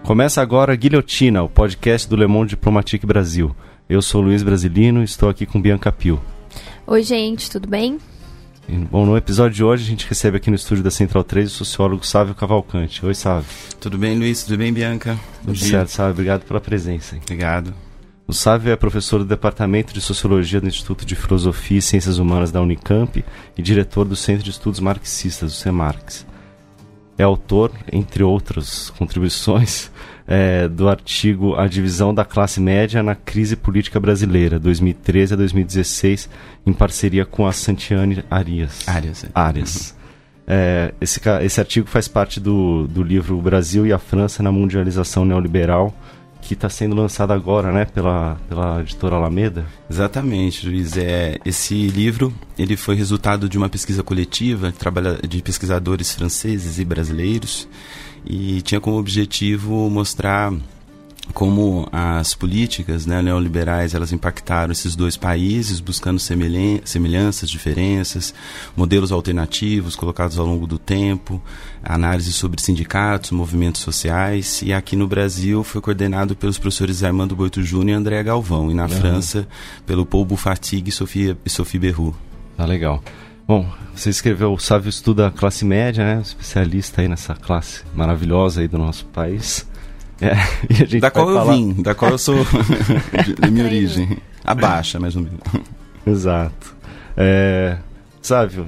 Começa agora Guilhotina, o podcast do Le Monde Diplomatique Brasil. Eu sou Luiz Brasilino e estou aqui com Bianca Pio. Oi, gente, tudo bem? Bom, no episódio de hoje a gente recebe aqui no estúdio da Central 3 o sociólogo Sávio Cavalcante. Oi, Sávio. Tudo bem, Luiz? Tudo bem, Bianca? Tudo certo, Sávio. Obrigado pela presença. Obrigado. O Sávio é professor do Departamento de Sociologia do Instituto de Filosofia e Ciências Humanas da Unicamp e diretor do Centro de Estudos Marxistas, o CEMARX. É autor, entre outras contribuições, do artigo A Divisão da Classe Média na Crise Política Brasileira, 2013 a 2016, em parceria com a Santiane Arias. Esse artigo faz parte do livro O Brasil e a França na Mundialização Neoliberal, que está sendo lançado agora, né, pela editora Alameda. Exatamente, Luiz. Esse livro ele foi resultado de uma pesquisa coletiva de pesquisadores franceses e brasileiros e tinha como objetivo mostrar como as políticas, né, neoliberais, elas impactaram esses dois países, buscando semelhanças, diferenças, modelos alternativos colocados ao longo do tempo, análise sobre sindicatos, movimentos sociais, e aqui no Brasil foi coordenado pelos professores Armando Boito Júnior e André Galvão, e na França pelo Paul Boufartigue e Sophie Berroux. Tá legal. Bom, você escreveu, o Sávio estuda a classe média, né, especialista aí nessa classe maravilhosa aí do nosso país. E a gente da qual eu vim, da qual eu sou de minha origem. A baixa, mais ou menos. Exato. Sávio,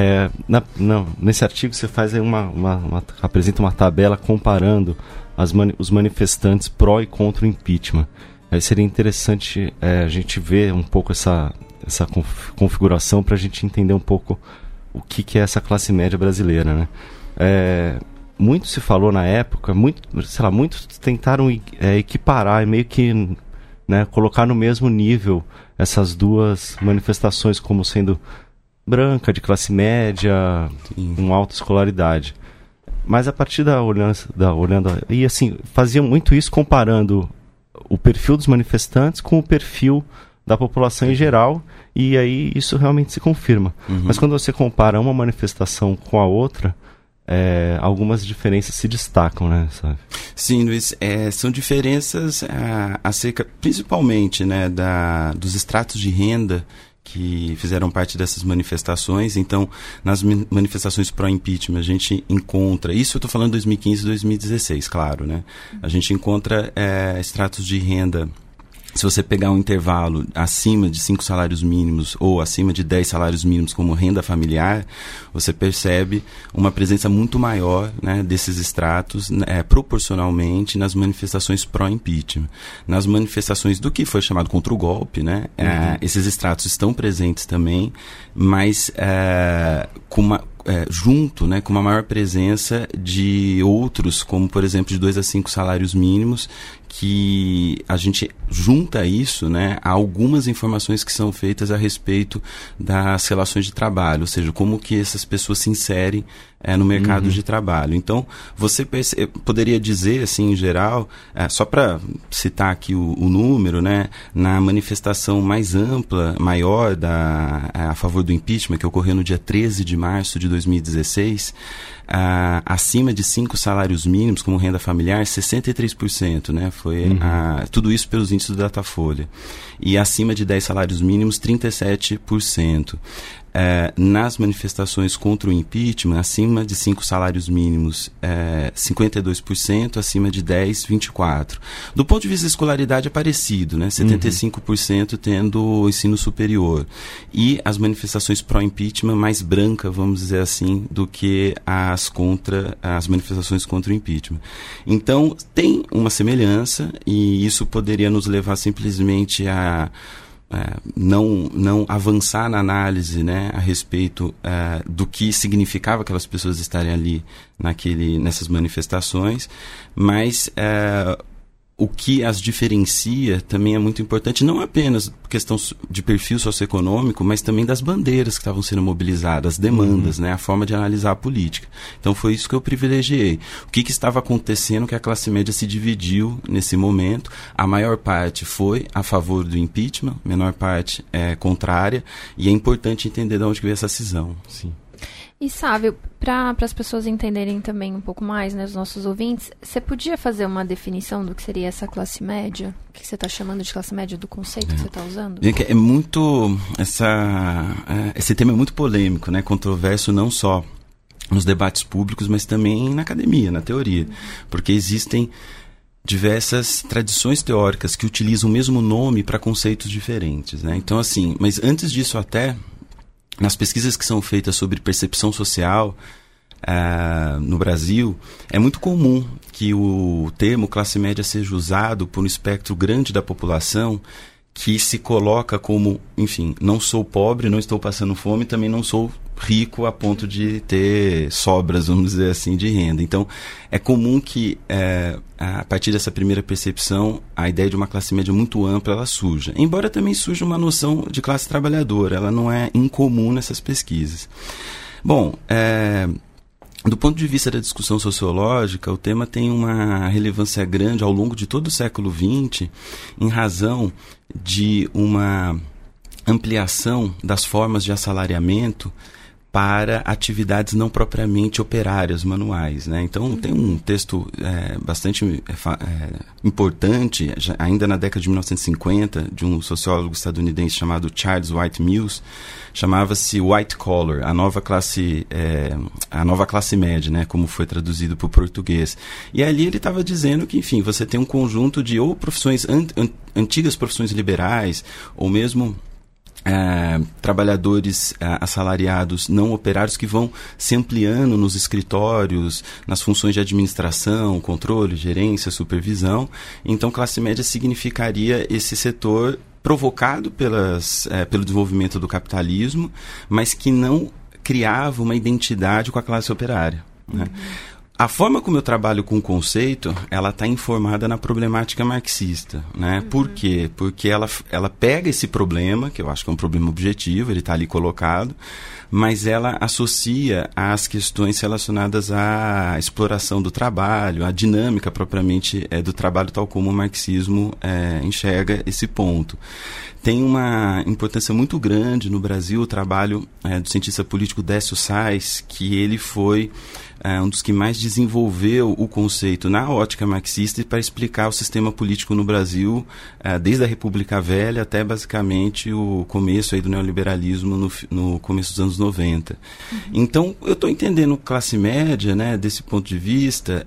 nesse artigo você faz aí apresenta uma tabela comparando os manifestantes pró e contra o impeachment. Aí seria interessante a gente ver um pouco essa configuração para a gente entender um pouco o que é essa classe média brasileira, né? Muito se falou na época, muitos tentaram equiparar e meio que, né, colocar no mesmo nível essas duas manifestações como sendo branca, de classe média, com alta escolaridade. Mas a partir e assim, faziam muito isso comparando o perfil dos manifestantes com o perfil da população em geral, e aí isso realmente se confirma. Mas quando você compara uma manifestação com a outra, algumas diferenças se destacam, né, sabe? Sim, Luiz, são diferenças acerca, principalmente, né, dos estratos de renda que fizeram parte dessas manifestações. Então, nas manifestações pró-impeachment, a gente encontra, isso eu estou falando 2015 e 2016, claro, né? A gente encontra estratos de renda. Se você pegar um intervalo acima de 5 salários mínimos ou acima de 10 salários mínimos como renda familiar, você percebe uma presença muito maior, né, desses estratos proporcionalmente nas manifestações pró-impeachment. Nas manifestações do que foi chamado contra o golpe, né, esses estratos estão presentes também, mas junto, né, com uma maior presença de outros, como por exemplo de 2 a 5 salários mínimos, que a gente junta isso, né, a algumas informações que são feitas a respeito das relações de trabalho, ou seja, como que essas pessoas se inserem no mercado de trabalho. Então, você poderia dizer, assim, em geral, só para citar aqui o número, né, na manifestação mais ampla, maior a favor do impeachment, que ocorreu no dia 13 de março de 2016, acima de 5 salários mínimos como renda familiar, 63%, né, foi tudo isso pelos índices do Datafolha. E acima de 10 salários mínimos, 37%. Nas manifestações contra o impeachment, acima de 5 salários mínimos, 52%, acima de 10, 24%. Do ponto de vista da escolaridade é parecido, né? 75% tendo ensino superior. E as manifestações pró-impeachment mais branca, vamos dizer assim, do que as manifestações contra o impeachment. Então, tem uma semelhança, e isso poderia nos levar simplesmente a não avançar na análise, né, a respeito do que significava aquelas pessoas estarem ali nessas manifestações, mas o que as diferencia também é muito importante, não apenas por questão de perfil socioeconômico, mas também das bandeiras que estavam sendo mobilizadas, as demandas, né, a forma de analisar a política. Então foi isso que eu privilegiei. O que estava acontecendo que a classe média se dividiu nesse momento? A maior parte foi a favor do impeachment, a menor parte contrária, e é importante entender de onde veio essa cisão. Sim. E sabe, para as pessoas entenderem também um pouco mais, né, os nossos ouvintes, você podia fazer uma definição do que seria essa classe média? O que você está chamando de classe média do conceito que você está usando? É muito... esse tema é muito polêmico, né? Controverso não só nos debates públicos, mas também na academia, na teoria. Porque existem diversas tradições teóricas que utilizam o mesmo nome para conceitos diferentes, né? Então, assim, mas antes disso até... Nas pesquisas que são feitas sobre percepção social no Brasil, é muito comum que o termo classe média seja usado por um espectro grande da população que se coloca como, enfim, não sou pobre, não estou passando fome, também não sou rico a ponto de ter sobras, vamos dizer assim, de renda. Então, é comum que, a partir dessa primeira percepção, a ideia de uma classe média muito ampla, ela surja. Embora também surja uma noção de classe trabalhadora, ela não é incomum nessas pesquisas. Bom, do ponto de vista da discussão sociológica, o tema tem uma relevância grande ao longo de todo o século XX, em razão de uma ampliação das formas de assalariamento para atividades não propriamente operárias, manuais, né? Então, tem um texto bastante importante, ainda na década de 1950, de um sociólogo estadunidense chamado Charles White Mills, chamava-se White Collar, a nova classe média, né? Como foi traduzido para o português. E ali ele estava dizendo que, enfim, você tem um conjunto de ou profissões, antigas profissões liberais, ou mesmo... trabalhadores assalariados não operários que vão se ampliando nos escritórios, nas funções de administração, controle, gerência, supervisão. Então, classe média significaria esse setor provocado pelo desenvolvimento do capitalismo, mas que não criava uma identidade com a classe operária, né? A forma como eu trabalho com o conceito, ela está informada na problemática marxista, né? Por quê? Porque ela pega esse problema, que eu acho que é um problema objetivo, ele está ali colocado, mas ela associa às questões relacionadas à exploração do trabalho, à dinâmica propriamente do trabalho, tal como o marxismo enxerga esse ponto. Tem uma importância muito grande no Brasil o trabalho do cientista político Décio Sais, que ele foi um dos que mais desenvolveu o conceito na ótica marxista para explicar o sistema político no Brasil, desde a República Velha até basicamente o começo aí do neoliberalismo no começo dos anos 90. Então, eu estou entendendo classe média, né, desse ponto de vista,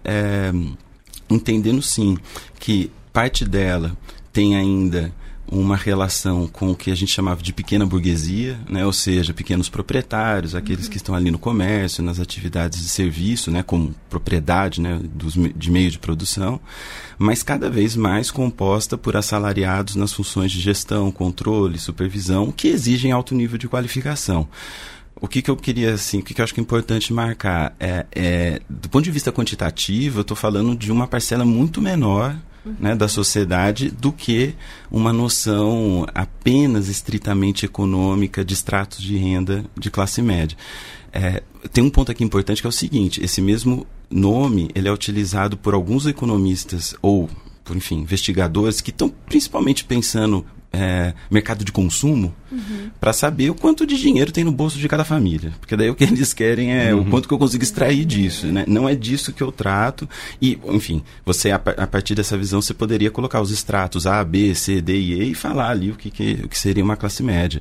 entendendo sim que parte dela tem ainda uma relação com o que a gente chamava de pequena burguesia, né? Ou seja, pequenos proprietários, aqueles que estão ali no comércio, nas atividades de serviço, né? Como propriedade, né? De meio de produção, mas cada vez mais composta por assalariados nas funções de gestão, controle, supervisão, que exigem alto nível de qualificação. O que eu queria, assim, o que eu acho que é importante marcar do ponto de vista quantitativo, eu estou falando de uma parcela muito menor, né, da sociedade do que uma noção apenas estritamente econômica de estratos de renda de classe média. Tem um ponto aqui importante que é o seguinte: esse mesmo nome ele é utilizado por alguns economistas ou, por, enfim, investigadores que estão principalmente pensando mercado de consumo, para saber o quanto de dinheiro tem no bolso de cada família. Porque daí o que eles querem é o quanto que eu consigo extrair disso, né? Não é disso que eu trato. E, enfim, você a partir dessa visão você poderia colocar os estratos A, B, C, D e E e falar ali o que seria uma classe média.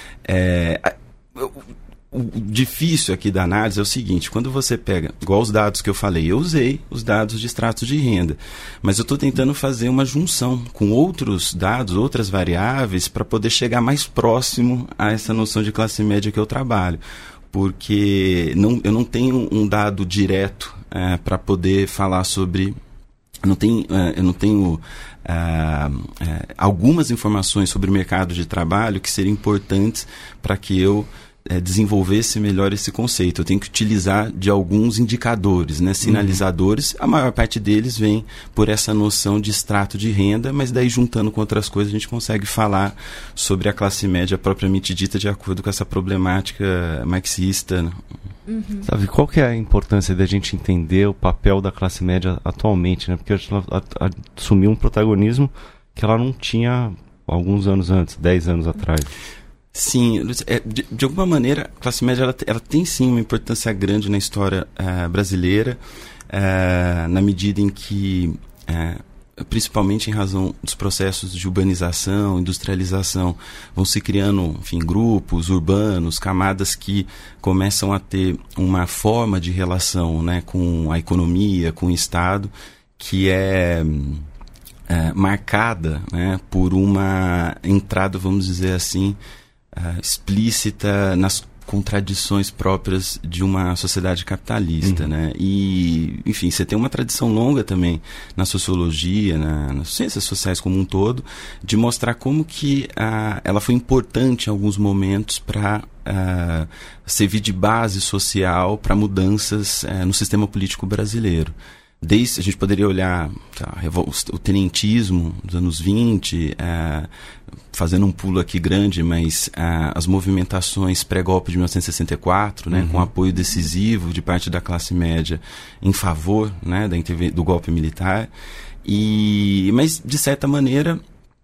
O difícil aqui da análise é o seguinte: quando você pega, igual os dados que eu falei, eu usei os dados de extratos de renda, mas eu estou tentando fazer uma junção com outros dados, outras variáveis, para poder chegar mais próximo a essa noção de classe média que eu trabalho, porque eu não tenho um dado direto para poder falar sobre... Eu não tenho algumas informações sobre o mercado de trabalho que seriam importantes para que eu desenvolvesse melhor esse conceito. Eu tenho que utilizar de alguns indicadores, né, sinalizadores. A maior parte deles vem por essa noção de extrato de renda, mas daí juntando com outras coisas a gente consegue falar sobre a classe média propriamente dita de acordo com essa problemática marxista, né? Sabe, qual que é a importância da gente entender o papel da classe média atualmente, né? Porque ela assumiu um protagonismo que ela não tinha alguns anos antes, 10 anos atrás. Sim, de alguma maneira, a classe média ela tem sim uma importância grande na história brasileira, na medida em que, principalmente em razão dos processos de urbanização, industrialização, vão se criando, enfim, grupos urbanos, camadas que começam a ter uma forma de relação, né, com a economia, com o Estado, que é marcada, né, por uma entrada, vamos dizer assim, explícita nas contradições próprias de uma sociedade capitalista, né? E, enfim, você tem uma tradição longa também na sociologia, nas ciências sociais como um todo, de mostrar como que ela foi importante em alguns momentos para servir de base social para mudanças no sistema político brasileiro. A gente poderia olhar o tenentismo dos anos 20, fazendo um pulo aqui grande, mas as movimentações pré-golpe de 1964, né, com apoio decisivo de parte da classe média em favor, né, do golpe militar. Mas, de certa maneira,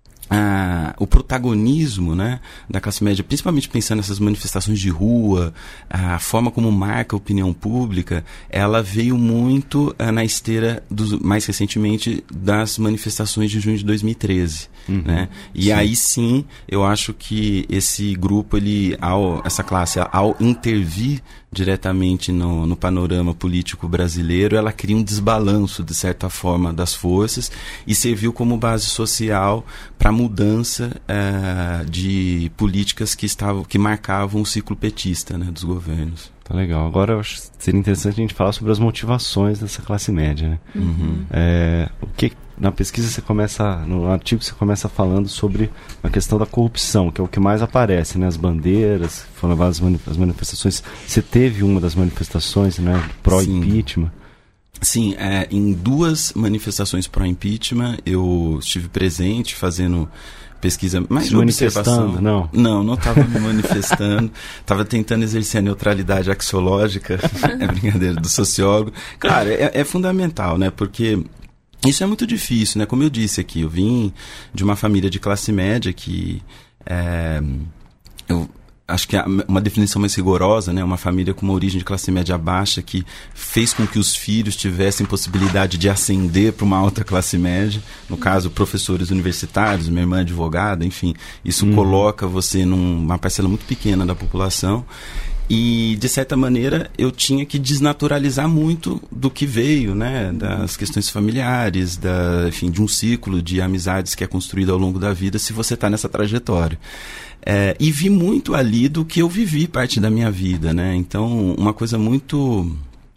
o protagonismo, né, da classe média, principalmente pensando nessas manifestações de rua, a forma como marca a opinião pública, ela veio muito na esteira, mais recentemente, das manifestações de junho de 2013. Né? E sim. Aí sim, eu acho que esse grupo, essa classe, ao intervir diretamente no panorama político brasileiro, ela cria um desbalanço, de certa forma, das forças e serviu como base social para a mudança de políticas que marcavam o ciclo petista, né, dos governos. Tá legal. Agora eu acho que seria interessante a gente falar sobre as motivações dessa classe média, né? O que na pesquisa no artigo você começa falando sobre a questão da corrupção, que é o que mais aparece, né? As bandeiras, foram levadas as manifestações. Você teve uma das manifestações, né, pró-impeachment? Sim, em 2 manifestações pró-impeachment eu estive presente fazendo pesquisa, mais de observação. Não estava me manifestando, estava tentando exercer a neutralidade axiológica, brincadeira, do sociólogo. Claro, é fundamental, né, porque isso é muito difícil, né, como eu disse aqui, eu vim de uma família de classe média que eu acho que uma definição mais rigorosa, né, uma família com uma origem de classe média baixa que fez com que os filhos tivessem possibilidade de ascender para uma alta classe média, no caso professores universitários, minha irmã é advogada, enfim, isso coloca você numa parcela muito pequena da população. E, de certa maneira, eu tinha que desnaturalizar muito do que veio, né, das questões familiares, enfim, de um ciclo de amizades que é construído ao longo da vida se você está nessa trajetória. E vi muito ali do que eu vivi parte da minha vida, né? Então, uma coisa muito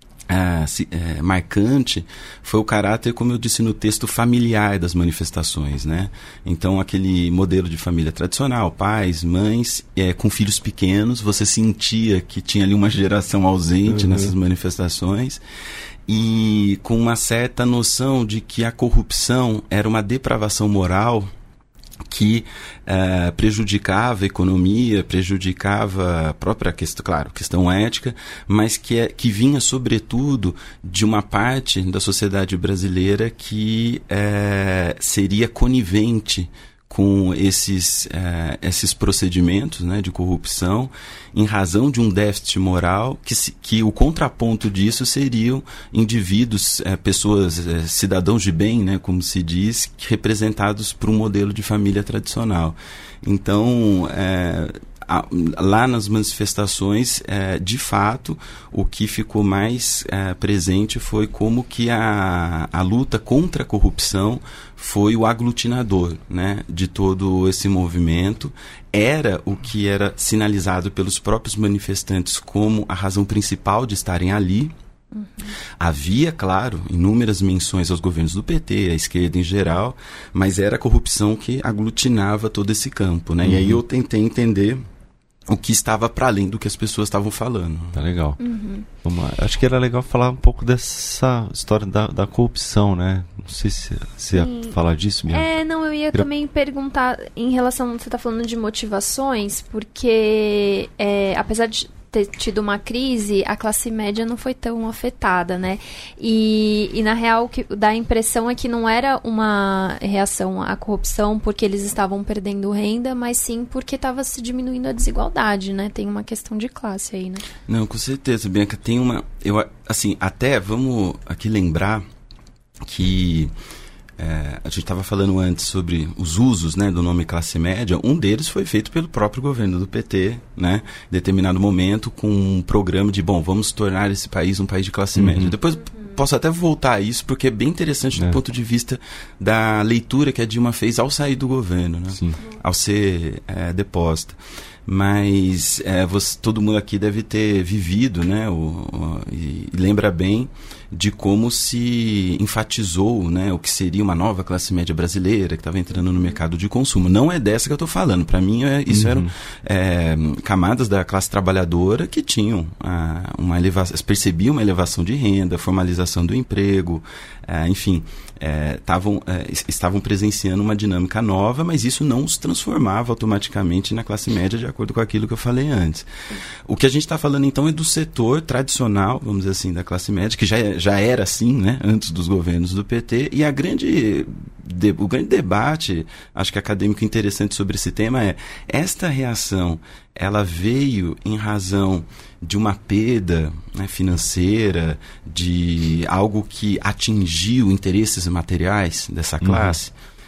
marcante foi o caráter, como eu disse no texto, familiar das manifestações, né? Então, aquele modelo de família tradicional, pais, mães, com filhos pequenos, você sentia que tinha ali uma geração ausente nessas manifestações, e com uma certa noção de que a corrupção era uma depravação moral que prejudicava a economia, prejudicava a própria questão ética, mas que vinha sobretudo de uma parte da sociedade brasileira que seria conivente com esses procedimentos, né, de corrupção, em razão de um déficit moral, que o contraponto disso seriam indivíduos, pessoas, cidadãos de bem, né, como se diz, representados por um modelo de família tradicional. Então, lá nas manifestações, de fato, o que ficou mais presente foi como que a luta contra a corrupção foi o aglutinador, né, de todo esse movimento. Era o que era sinalizado pelos próprios manifestantes como a razão principal de estarem ali. Havia, claro, inúmeras menções aos governos do PT, à esquerda em geral, mas era a corrupção que aglutinava todo esse campo, né? E aí eu tentei entender o que estava para além do que as pessoas estavam falando. Tá legal. Acho que era legal falar um pouco dessa história da corrupção, né? Não sei se você ia falar disso mesmo. Eu ia também perguntar em relação, você está falando de motivações, porque apesar de ter tido uma crise, a classe média não foi tão afetada, né? E na real, o que dá a impressão é que não era uma reação à corrupção porque eles estavam perdendo renda, mas sim porque estava se diminuindo a desigualdade, né? Tem uma questão de classe aí, né? Não, com certeza, Bianca. Tem uma... até vamos aqui lembrar que... a gente estava falando antes sobre os usos, né, do nome classe média. Um deles foi feito pelo próprio governo do PT, né, em determinado momento, com um programa de, vamos tornar esse país um país de classe média. Depois posso até voltar a isso, porque é bem interessante do ponto de vista da leitura que a Dilma fez ao sair do governo, né, ao ser deposta. Mas todo mundo aqui deve ter vivido, né, e lembra bem de como se enfatizou, né, o que seria uma nova classe média brasileira que estava entrando no mercado de consumo. Não é dessa que eu estou falando. Para mim, isso eram camadas da classe trabalhadora que tinham uma elevação, percebiam uma elevação de renda, formalização do emprego, enfim, estavam presenciando uma dinâmica nova, mas isso não os transformava automaticamente na classe média, de acordo com aquilo que eu falei antes. O que a gente está falando, então, é do setor tradicional, vamos dizer assim, da classe média, que já era assim, né, antes dos governos do PT, e o grande debate, acho que acadêmico interessante sobre esse tema é: esta reação, ela veio em razão de uma perda, né, financeira, de algo que atingiu interesses materiais dessa classe?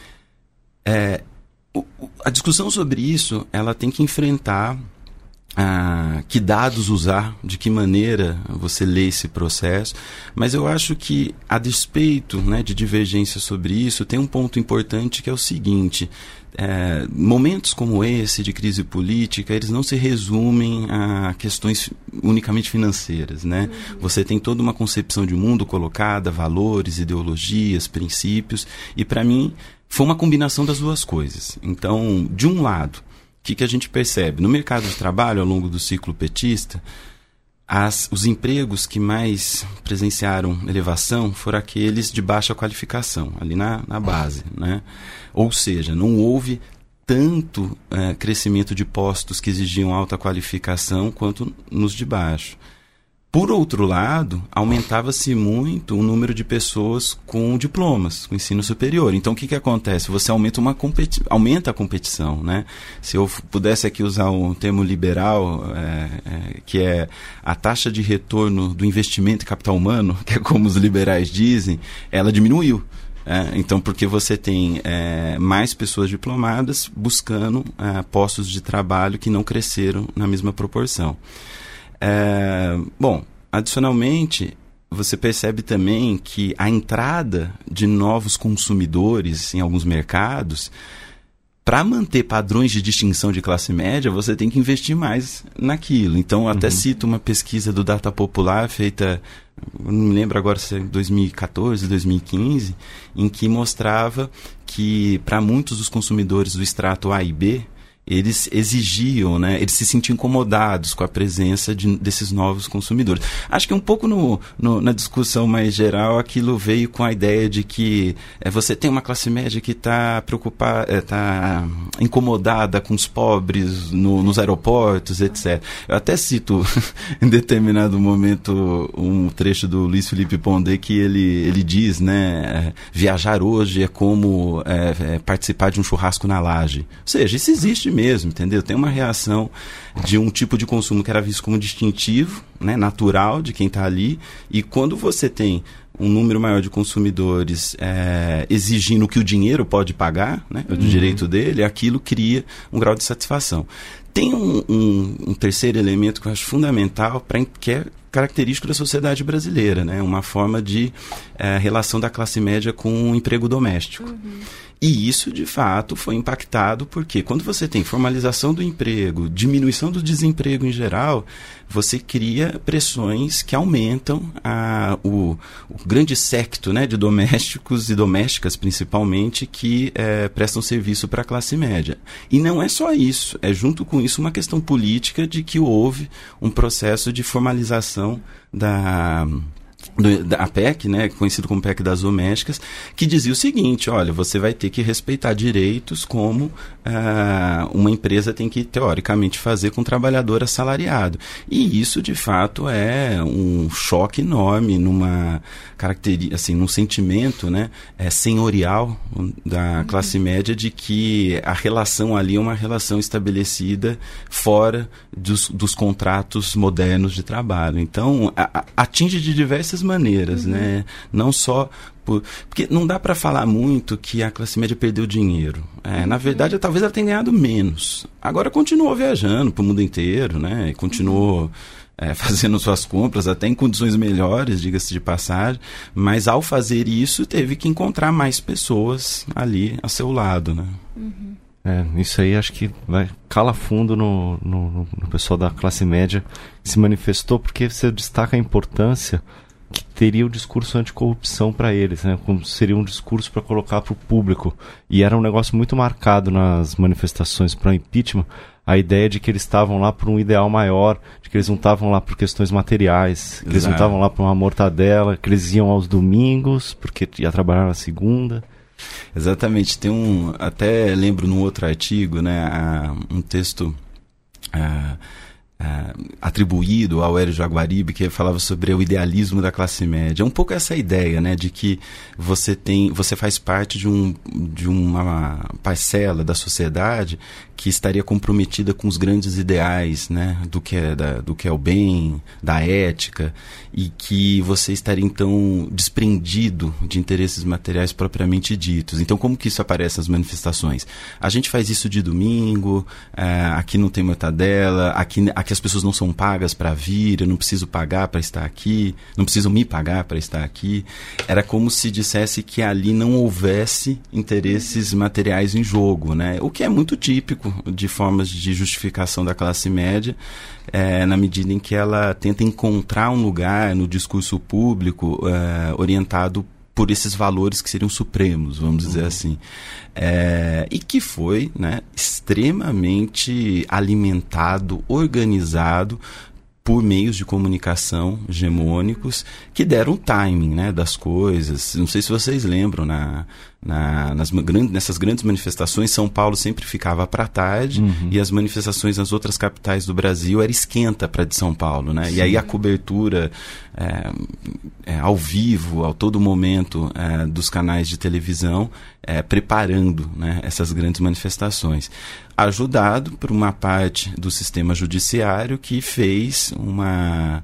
A discussão sobre isso, ela tem que enfrentar que dados usar, de que maneira você lê esse processo, mas eu acho que, a despeito, né, de divergência sobre isso, tem um ponto importante que é o seguinte: momentos como esse de crise política, eles não se resumem a questões unicamente financeiras, né? Você tem toda uma concepção de mundo colocada, valores, ideologias, princípios, e para mim foi uma combinação das duas coisas. Então, de um lado, o que a gente percebe? No mercado de trabalho, ao longo do ciclo petista, os empregos que mais presenciaram elevação foram aqueles de baixa qualificação, ali na base, né? Ou seja, não houve tanto crescimento de postos que exigiam alta qualificação quanto nos de baixo. Por outro lado, aumentava-se muito o número de pessoas com diplomas, com ensino superior. Então, o que acontece? Você aumenta a competição, né? Se eu pudesse aqui usar um termo liberal, que é a taxa de retorno do investimento em capital humano, que é como os liberais dizem, ela diminuiu. Então, porque você tem mais pessoas diplomadas buscando postos de trabalho que não cresceram na mesma proporção. Adicionalmente, você percebe também que a entrada de novos consumidores em alguns mercados, para manter padrões de distinção de classe média, você tem que investir mais naquilo. Então, eu até cito uma pesquisa do Data Popular feita, não me lembro agora se é 2014, 2015, em que mostrava que, para muitos dos consumidores do extrato A e B, eles exigiam, né, eles se sentiam incomodados com a presença desses novos consumidores. Acho que um pouco na discussão mais geral, aquilo veio com a ideia de que você tem uma classe média que está preocupada, está incomodada com os pobres nos aeroportos, etc. Eu até cito em determinado momento um trecho do Luiz Felipe Pondé que ele diz, né, viajar hoje é como participar de um churrasco na laje. Ou seja, isso existe mesmo, entendeu? Tem uma reação de um tipo de consumo que era visto como distintivo, né, natural de quem está ali, e quando você tem um número maior de consumidores exigindo o que o dinheiro pode pagar, né, o direito dele, aquilo cria um grau de satisfação. Tem um terceiro elemento que eu acho fundamental, que é característico da sociedade brasileira, né, uma forma de relação da classe média com o emprego doméstico. E isso, de fato, foi impactado porque quando você tem formalização do emprego, diminuição do desemprego em geral, você cria pressões que aumentam o grande séquito, né, de domésticos e domésticas, principalmente, que prestam serviço para a classe média. E não é só isso, é junto com isso uma questão política de que houve um processo de formalização da PEC, né, conhecido como PEC das domésticas, que dizia o seguinte: olha, você vai ter que respeitar direitos como uma empresa tem que, teoricamente, fazer com um trabalhador assalariado. E isso, de fato, é um choque enorme numa característica, assim, num sentimento, né, senhorial da classe média, de que a relação ali é uma relação estabelecida fora dos contratos modernos de trabalho. Então, atinge de diversas maneiras, né? Não só porque não dá para falar muito que a classe média perdeu dinheiro. Na verdade, talvez ela tenha ganhado menos. Agora continuou viajando para o mundo inteiro, né? E continuou fazendo suas compras até em condições melhores, diga-se de passagem. Mas ao fazer isso, teve que encontrar mais pessoas ali a seu lado, né? Isso aí acho que cala fundo no pessoal da classe média que se manifestou, porque você destaca a importância que teria o discurso anticorrupção para eles, né? Como seria um discurso para colocar para o público. E era um negócio muito marcado nas manifestações para o impeachment, a ideia de que eles estavam lá por um ideal maior, de que eles não estavam lá por questões materiais, que eles não estavam lá por uma mortadela, que eles iam aos domingos, porque ia trabalhar na segunda. Exatamente. Tem até lembro num outro artigo, né, um texto atribuído ao Hélio Jaguaribe, que falava sobre o idealismo da classe média. É um pouco essa ideia, né, de que você faz parte de uma parcela da sociedade que estaria comprometida com os grandes ideais, né, do que é o bem, da ética, e que você estaria então desprendido de interesses materiais propriamente ditos. Então, como que isso aparece nas manifestações? A gente faz isso de domingo, aqui não tem mortadela, aqui as pessoas não são pagas para vir, eu não preciso pagar para estar aqui, não precisam me pagar para estar aqui. Era como se dissesse que ali não houvesse interesses materiais em jogo, né? O que é muito típico de formas de justificação da classe média, na medida em que ela tenta encontrar um lugar no discurso público orientado por esses valores que seriam supremos, vamos dizer assim. E que foi, né, extremamente alimentado, organizado por meios de comunicação hegemônicos que deram o timing, né, das coisas. Não sei se vocês lembram, nessas grandes manifestações, São Paulo sempre ficava para tarde, e as manifestações nas outras capitais do Brasil era esquenta para de São Paulo, né? E aí a cobertura ao vivo, a todo momento, dos canais de televisão, preparando, né, essas grandes manifestações, ajudado por uma parte do sistema judiciário que fez uma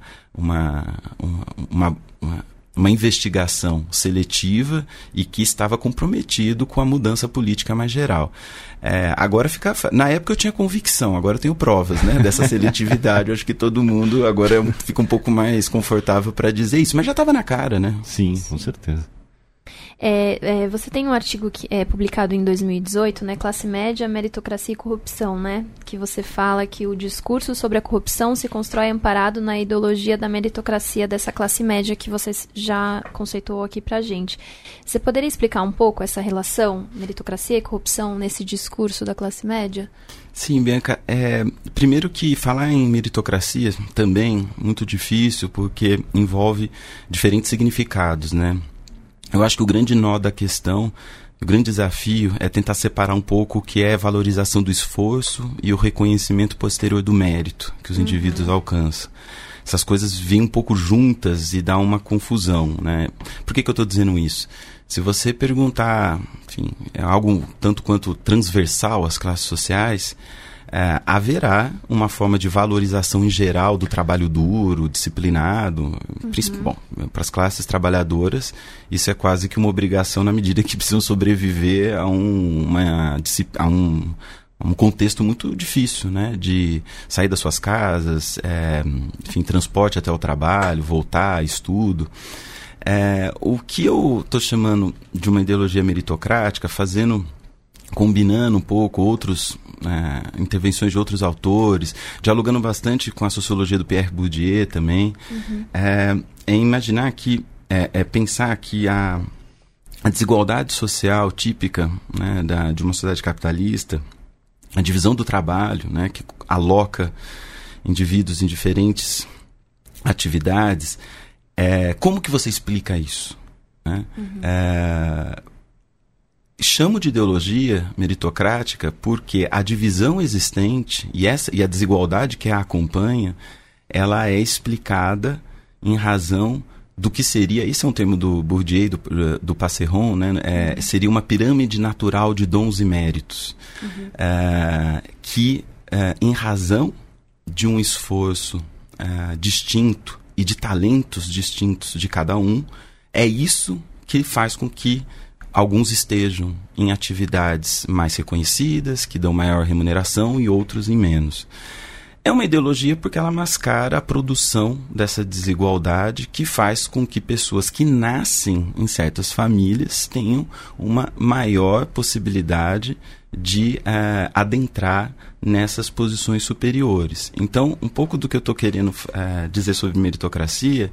investigação seletiva e que estava comprometido com a mudança política mais geral. Agora na época eu tinha convicção, agora eu tenho provas, né, dessa seletividade. Eu acho que todo mundo agora fica um pouco mais confortável para dizer isso, mas já estava na cara, né? Sim, com certeza. Você tem um artigo que é publicado em 2018, né, Classe Média, Meritocracia e Corrupção, né, que você fala que o discurso sobre a corrupção se constrói amparado na ideologia da meritocracia dessa classe média que você já conceitou aqui pra gente. Você poderia explicar um pouco essa relação, meritocracia e corrupção, nesse discurso da classe média? Sim, Bianca. Primeiro que falar em meritocracia também é muito difícil, porque envolve diferentes significados, né? Eu acho que o grande nó da questão, o grande desafio é tentar separar um pouco o que é a valorização do esforço e o reconhecimento posterior do mérito que os indivíduos alcançam. Essas coisas vêm um pouco juntas e dá uma confusão, né? Por que eu estou dizendo isso? Se você perguntar, enfim, é algo tanto quanto transversal às classes sociais, haverá uma forma de valorização em geral do trabalho duro, disciplinado. Bom, para as classes trabalhadoras, isso é quase que uma obrigação na medida que precisam sobreviver a um contexto muito difícil, né? De sair das suas casas, enfim, transporte até o trabalho, voltar, estudo. O que eu estou chamando de uma ideologia meritocrática, combinando um pouco intervenções de outros autores, dialogando bastante com a sociologia do Pierre Bourdieu também, imaginar que, pensar que a desigualdade social típica, né, de uma sociedade capitalista, a divisão do trabalho, né, que aloca indivíduos em diferentes atividades, Como que você explica isso? Né? Chamo de ideologia meritocrática porque a divisão existente e a desigualdade que a acompanha, ela é explicada em razão do que seria, esse é um termo do Bourdieu, do Passeron, né? Seria uma pirâmide natural de dons e méritos, que em razão de um esforço distinto e de talentos distintos de cada um, é isso que faz com que alguns estejam em atividades mais reconhecidas, que dão maior remuneração, e outros em menos. É uma ideologia porque ela mascara a produção dessa desigualdade, que faz com que pessoas que nascem em certas famílias tenham uma maior possibilidade de adentrar nessas posições superiores. Então, um pouco do que eu estou querendo dizer sobre meritocracia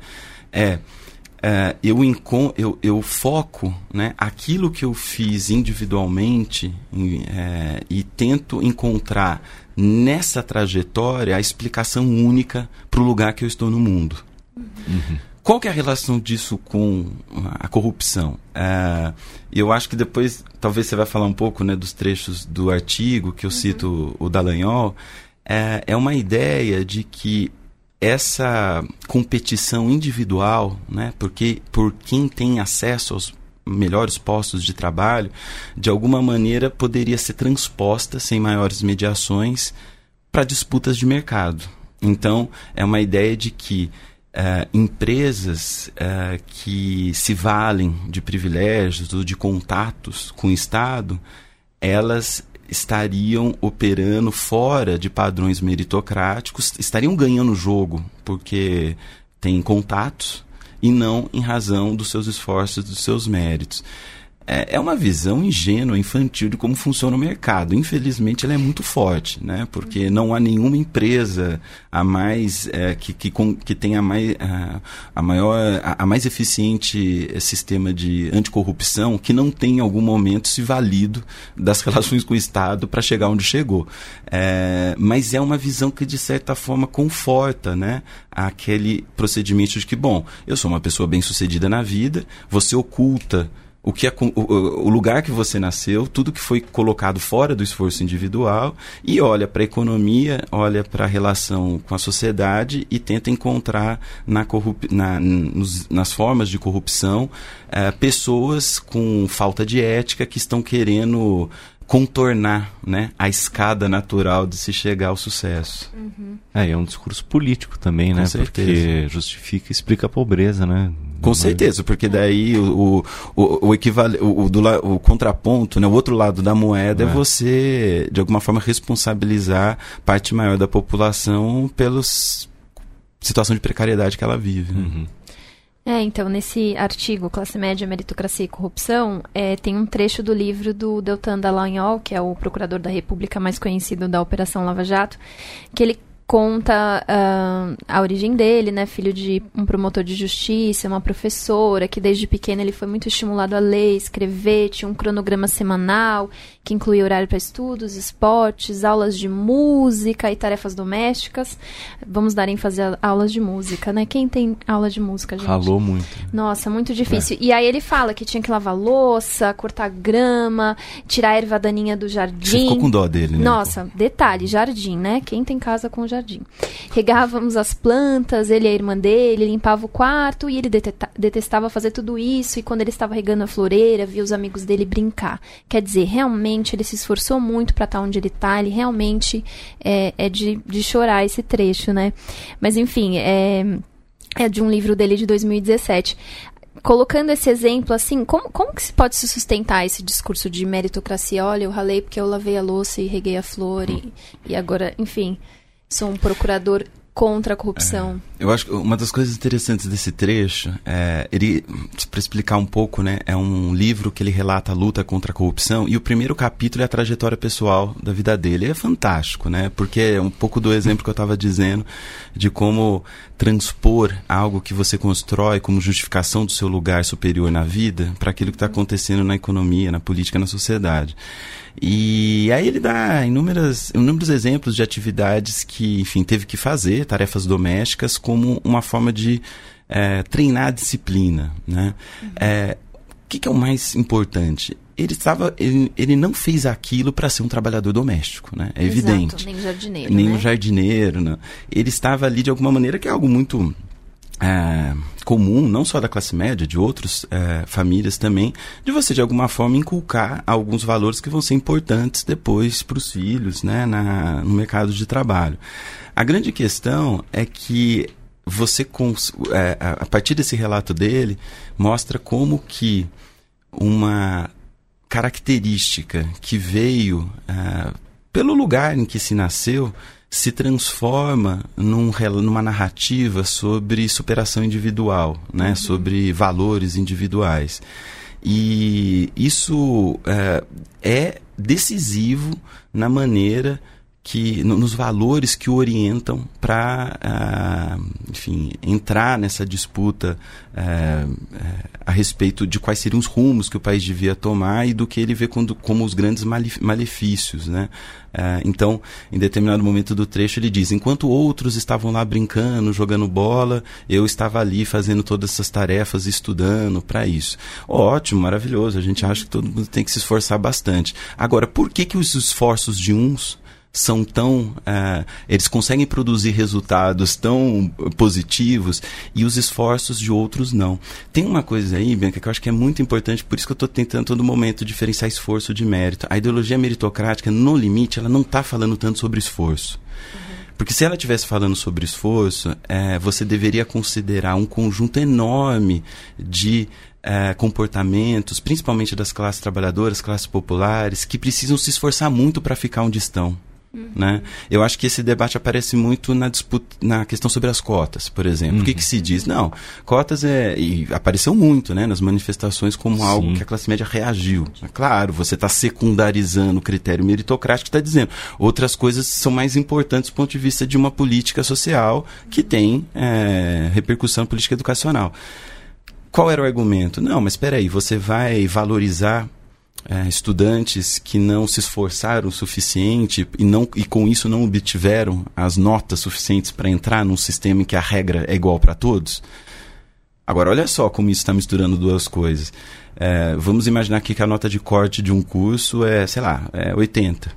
eu foco, né, aquilo que eu fiz individualmente e tento encontrar nessa trajetória a explicação única para o lugar que eu estou no mundo. Qual que é a relação disso com a corrupção? Eu acho que depois, talvez você vai falar um pouco, né, dos trechos do artigo que eu cito, o Dallagnol. É uma ideia de que essa competição individual, né, porque por quem tem acesso aos melhores postos de trabalho, de alguma maneira poderia ser transposta sem maiores mediações para disputas de mercado. Então, é uma ideia de que empresas que se valem de privilégios ou de contatos com o Estado, elas estariam operando fora de padrões meritocráticos, estariam ganhando o jogo porque têm contatos e não em razão dos seus esforços, dos seus méritos. É uma visão ingênua, infantil de como funciona o mercado. Infelizmente, ela é muito forte, né? Porque não há nenhuma empresa a mais que tenha a mais eficiente sistema de anticorrupção que não tenha em algum momento se valido das relações com o Estado para chegar onde chegou. Mas é uma visão que, de certa forma, conforta, né, aquele procedimento de que, bom, eu sou uma pessoa bem-sucedida na vida, você oculta o lugar que você nasceu, tudo que foi colocado fora do esforço individual, e olha para a economia, olha para a relação com a sociedade e tenta encontrar nas formas de corrupção pessoas com falta de ética que estão querendo contornar, né, a escada natural de se chegar ao sucesso. É um discurso político também, né? Porque justifica e explica a pobreza, né? Com certeza, porque daí o contraponto, né, o outro lado da moeda é você, de alguma forma, responsabilizar parte maior da população pela situação de precariedade que ela vive. Né? Então, nesse artigo, Classe Média, Meritocracia e Corrupção, tem um trecho do livro do Deltan Dallagnol, que é o procurador da República mais conhecido da Operação Lava Jato, que ele conta a origem dele, né, filho de um promotor de justiça, uma professora, que desde pequena ele foi muito estimulado a ler, escrever, tinha um cronograma semanal, que incluía horário para estudos, esportes, aulas de música e tarefas domésticas. Vamos dar ênfase a aulas de música, né? Quem tem aula de música, gente? Ralou muito. Nossa, muito difícil. E aí ele fala que tinha que lavar louça, cortar grama, tirar a erva daninha do jardim. Você ficou com dó dele, né? Nossa, detalhe, jardim, né? Quem tem casa com jardim. Regávamos as plantas, ele e a irmã dele, limpava o quarto, e ele detestava fazer tudo isso, e quando ele estava regando a floreira, via os amigos dele brincar. Quer dizer, realmente ele se esforçou muito para estar onde ele está, ele realmente é de chorar esse trecho, né? Mas enfim, é de um livro dele de 2017. Colocando esse exemplo, assim, como que se pode se sustentar esse discurso de meritocracia? Olha, eu ralei porque eu lavei a louça e reguei a flor, e agora, enfim, sou um procurador contra a corrupção. Eu acho que uma das coisas interessantes desse trecho, ele, para explicar um pouco, né, é um livro que ele relata a luta contra a corrupção, e o primeiro capítulo é a trajetória pessoal da vida dele. É fantástico, né, porque é um pouco do exemplo que eu estava dizendo, de como transpor algo que você constrói como justificação do seu lugar superior na vida para aquilo que está acontecendo na economia, na política, na sociedade. E aí ele dá inúmeros exemplos de atividades que, enfim, teve que fazer, tarefas domésticas como uma forma de treinar a disciplina, né? O que é o mais importante? Ele não fez aquilo para ser um trabalhador doméstico, né? É evidente. Exato, nem um jardineiro, nem um jardineiro, não. Ele estava ali de alguma maneira, que é algo muito comum, não só da classe média, de outras famílias também, de você de alguma forma inculcar alguns valores que vão ser importantes depois para os filhos, né, no mercado de trabalho. A grande questão é que você, a partir desse relato dele, mostra como que uma característica que veio pelo lugar em que se nasceu se transforma numa narrativa sobre superação individual, né? Sobre valores individuais. E isso é decisivo na maneira nos valores que o orientam para, enfim, entrar nessa disputa a respeito de quais seriam os rumos que o país devia tomar e do que ele vê como os grandes malefícios, né? Então, em determinado momento do trecho, ele diz: enquanto outros estavam lá brincando, jogando bola, eu estava ali fazendo todas essas tarefas, estudando para isso. Ótimo, maravilhoso, a gente acha que todo mundo tem que se esforçar bastante. Agora, por que os esforços de uns são tão... eles conseguem produzir resultados tão positivos e os esforços de outros não? Tem uma coisa aí, Bianca, que eu acho que é muito importante, por isso que eu estou tentando todo momento diferenciar esforço de mérito. A ideologia meritocrática, no limite, ela não está falando tanto sobre esforço. Porque se ela estivesse falando sobre esforço, você deveria considerar um conjunto enorme de comportamentos, principalmente das classes trabalhadoras, classes populares, que precisam se esforçar muito para ficar onde estão. Né? Eu acho que esse debate aparece muito na questão sobre as cotas, por exemplo. O que se diz? Não, cotas e apareceu muito, né, nas manifestações como algo que a classe média reagiu. Claro, você está secundarizando o critério meritocrático, está dizendo outras coisas são mais importantes do ponto de vista de uma política social que tem repercussão na política educacional. Qual era o argumento? Não, mas espera aí, você vai valorizar estudantes que não se esforçaram o suficiente e com isso não obtiveram as notas suficientes para entrar num sistema em que a regra é igual para todos? Agora, olha só como isso está misturando duas coisas. Vamos imaginar aqui que a nota de corte de um curso é, sei lá, 80.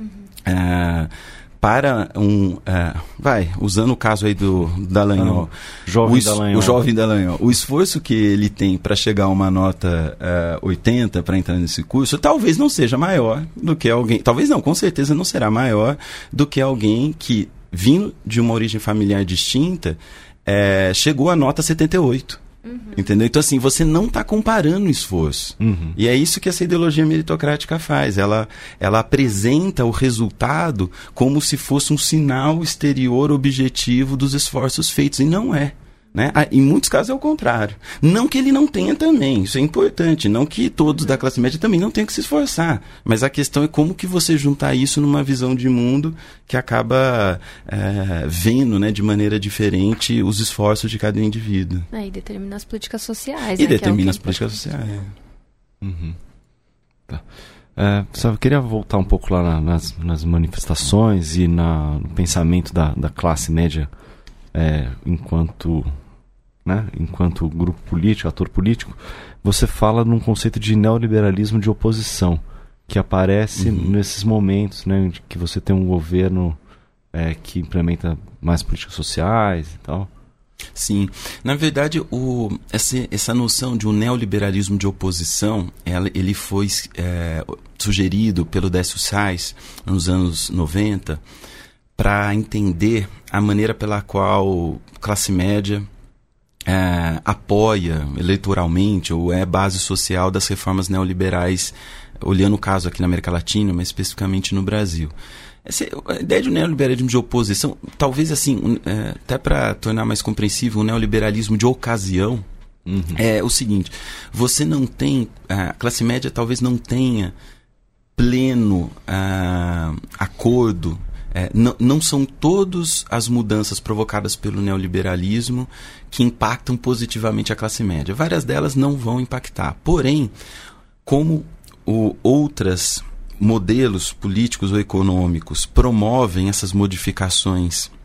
Para usando o caso aí do Dallagnol, o jovem Dallagnol, o esforço que ele tem para chegar a uma nota 80 para entrar nesse curso, talvez não seja maior do que alguém, talvez não, com certeza não será maior do que alguém que, vindo de uma origem familiar distinta, chegou a nota 78. Entendeu? Então, assim, você não está comparando o esforço. E é isso que essa ideologia meritocrática faz. Ela apresenta o resultado como se fosse um sinal exterior objetivo dos esforços feitos. E não é. Né? Em muitos casos é o contrário. Não que ele não tenha também, isso é importante. Não que todos da classe média também não tenham que se esforçar. Mas a questão é como que você juntar isso numa visão de mundo que acaba vendo, né, de maneira diferente os esforços de cada indivíduo. E determina as políticas sociais. E determina as políticas sociais. Tá. Só queria voltar um pouco lá nas manifestações e no pensamento da classe média enquanto grupo político, ator político. Você fala num conceito de neoliberalismo de oposição que aparece nesses momentos, né, de que você tem um governo que implementa mais políticas sociais e tal. Sim, na verdade essa noção de um neoliberalismo de oposição, ele foi sugerido pelo Décio Sais nos anos 90 para entender a maneira pela qual a classe média apoia eleitoralmente ou é base social das reformas neoliberais, olhando o caso aqui na América Latina, mas especificamente no Brasil. A ideia de um neoliberalismo de oposição, talvez assim, até para tornar mais compreensível, um neoliberalismo de ocasião, é o seguinte: você não tem, a classe média talvez não tenha pleno acordo. Não são todas as mudanças provocadas pelo neoliberalismo que impactam positivamente a classe média. Várias delas não vão impactar. Porém, como outros modelos políticos ou econômicos promovem essas modificações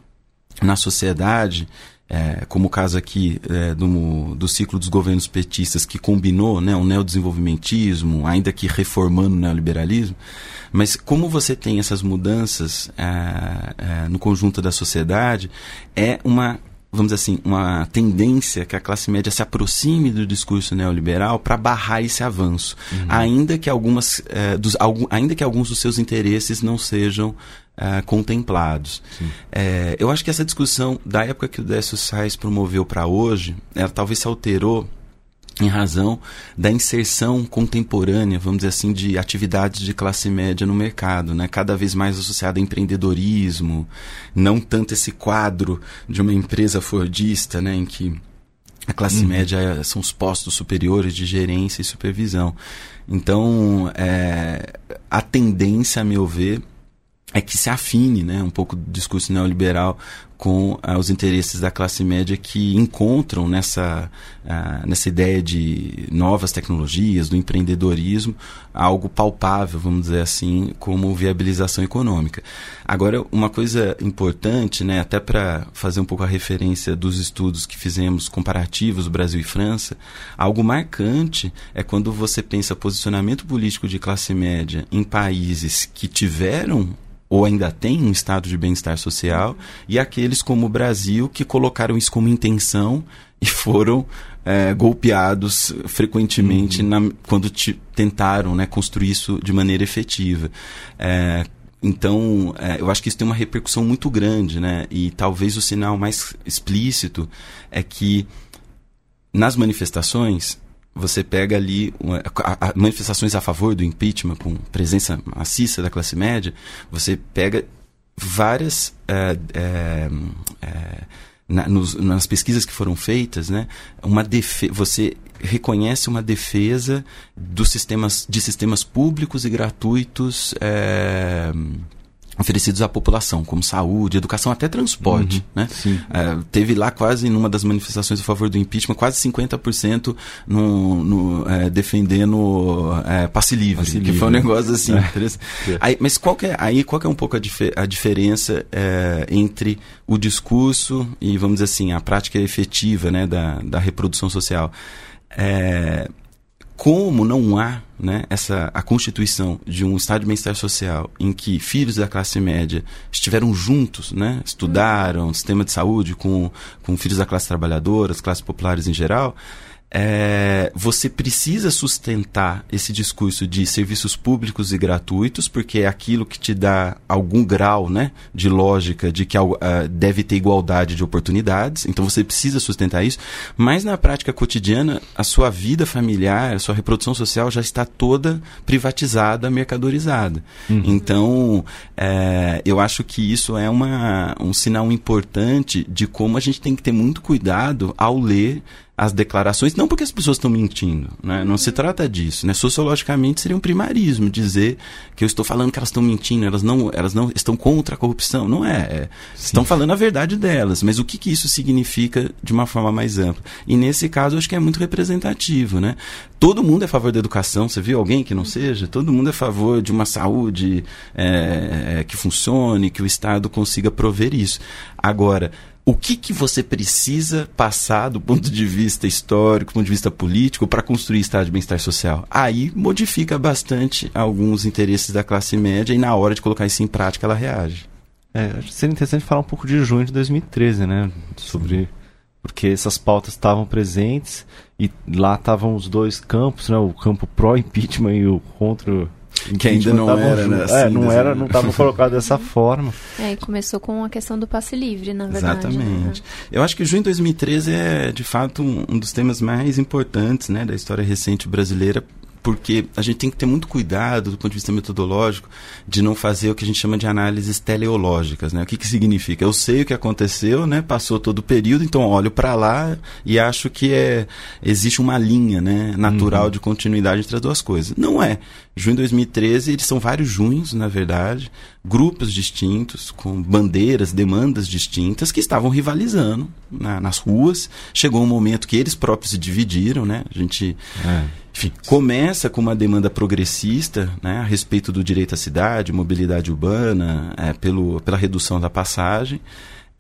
na sociedade, como o caso aqui do ciclo dos governos petistas, que combinou, né, o neodesenvolvimentismo, ainda que reformando o neoliberalismo, mas como você tem essas mudanças no conjunto da sociedade, vamos dizer assim, uma tendência que a classe média se aproxime do discurso neoliberal para barrar esse avanço, ainda que alguns dos seus interesses não sejam contemplados. Eu acho que essa discussão da época que o Décio Sais promoveu para hoje, ela talvez se alterou em razão da inserção contemporânea, vamos dizer assim, de atividades de classe média no mercado, né? Cada vez mais associada a empreendedorismo, não tanto esse quadro de uma empresa fordista, né, em que a classe média são os postos superiores de gerência e supervisão. Então, a tendência, a meu ver, é que se afine, né, um pouco do discurso neoliberal com os interesses da classe média, que encontram nessa ideia de novas tecnologias, do empreendedorismo, algo palpável, vamos dizer assim, como viabilização econômica. Agora, uma coisa importante, né, até para fazer um pouco a referência dos estudos que fizemos comparativos do Brasil e França, algo marcante é quando você pensa posicionamento político de classe média em países que tiveram ou ainda tem um estado de bem-estar social, e aqueles como o Brasil que colocaram isso como intenção e foram golpeados frequentemente quando tentaram, né, construir isso de maneira efetiva. Então, eu acho que isso tem uma repercussão muito grande, né? E talvez o sinal mais explícito é que nas manifestações, você pega ali manifestações a favor do impeachment, com presença maciça da classe média, você pega várias nas pesquisas que foram feitas, né, você reconhece uma defesa de sistemas públicos e gratuitos oferecidos à população, como saúde, educação, até transporte, né? Teve lá quase, numa das manifestações a favor do impeachment, quase 50% defendendo passe livre, que foi um negócio assim. Mas qual que é um pouco a diferença entre o discurso e, vamos dizer assim, a prática efetiva, né, da reprodução social? Como não há, né, a constituição de um estado de bem-estar social em que filhos da classe média estiveram juntos, né, estudaram sistema de saúde com filhos da classe trabalhadora, as classes populares em geral, você precisa sustentar esse discurso de serviços públicos e gratuitos, porque é aquilo que te dá algum grau, né, de lógica de que deve ter igualdade de oportunidades. Então você precisa sustentar isso, mas na prática cotidiana a sua vida familiar, a sua reprodução social já está toda privatizada, mercadorizada. Então eu acho que isso é um sinal importante de como a gente tem que ter muito cuidado ao ler as declarações, não porque as pessoas estão mentindo, né? Não se trata disso, né? Sociologicamente seria um primarismo dizer que eu estou falando que elas estão mentindo, elas não estão contra a corrupção, não estão falando a verdade delas, mas o que isso significa de uma forma mais ampla? E nesse caso eu acho que é muito representativo, né? Todo mundo é a favor da educação, você viu alguém que não seja? Todo mundo é a favor de uma saúde que funcione, que o Estado consiga prover isso. Agora, o que você precisa passar do ponto de vista histórico, do ponto de vista político, para construir estado de bem-estar social? Aí modifica bastante alguns interesses da classe média e na hora de colocar isso em prática ela reage. Acho que seria interessante falar um pouco de junho de 2013, né? Porque essas pautas estavam presentes e lá estavam os dois campos, né? O campo pró-impeachment e o contra... Que ainda não era, né? Assim, não estava colocado dessa forma. E começou com a questão do passe livre, na verdade. Exatamente. Eu acho que junho de 2013 é, de fato, um dos temas mais importantes, né, da história recente brasileira, porque a gente tem que ter muito cuidado do ponto de vista metodológico de não fazer o que a gente chama de análises teleológicas, né? O que significa? Eu sei o que aconteceu, né? Passou todo o período, então olho para lá e acho que existe uma linha, né, natural de continuidade entre as duas coisas. Não é. Junho de 2013, eles são vários junhos, na verdade, grupos distintos, com bandeiras, demandas distintas, que estavam rivalizando nas ruas. Chegou um momento que eles próprios se dividiram, né? A gente... Enfim, começa com uma demanda progressista, né, a respeito do direito à cidade, mobilidade urbana, pela redução da passagem.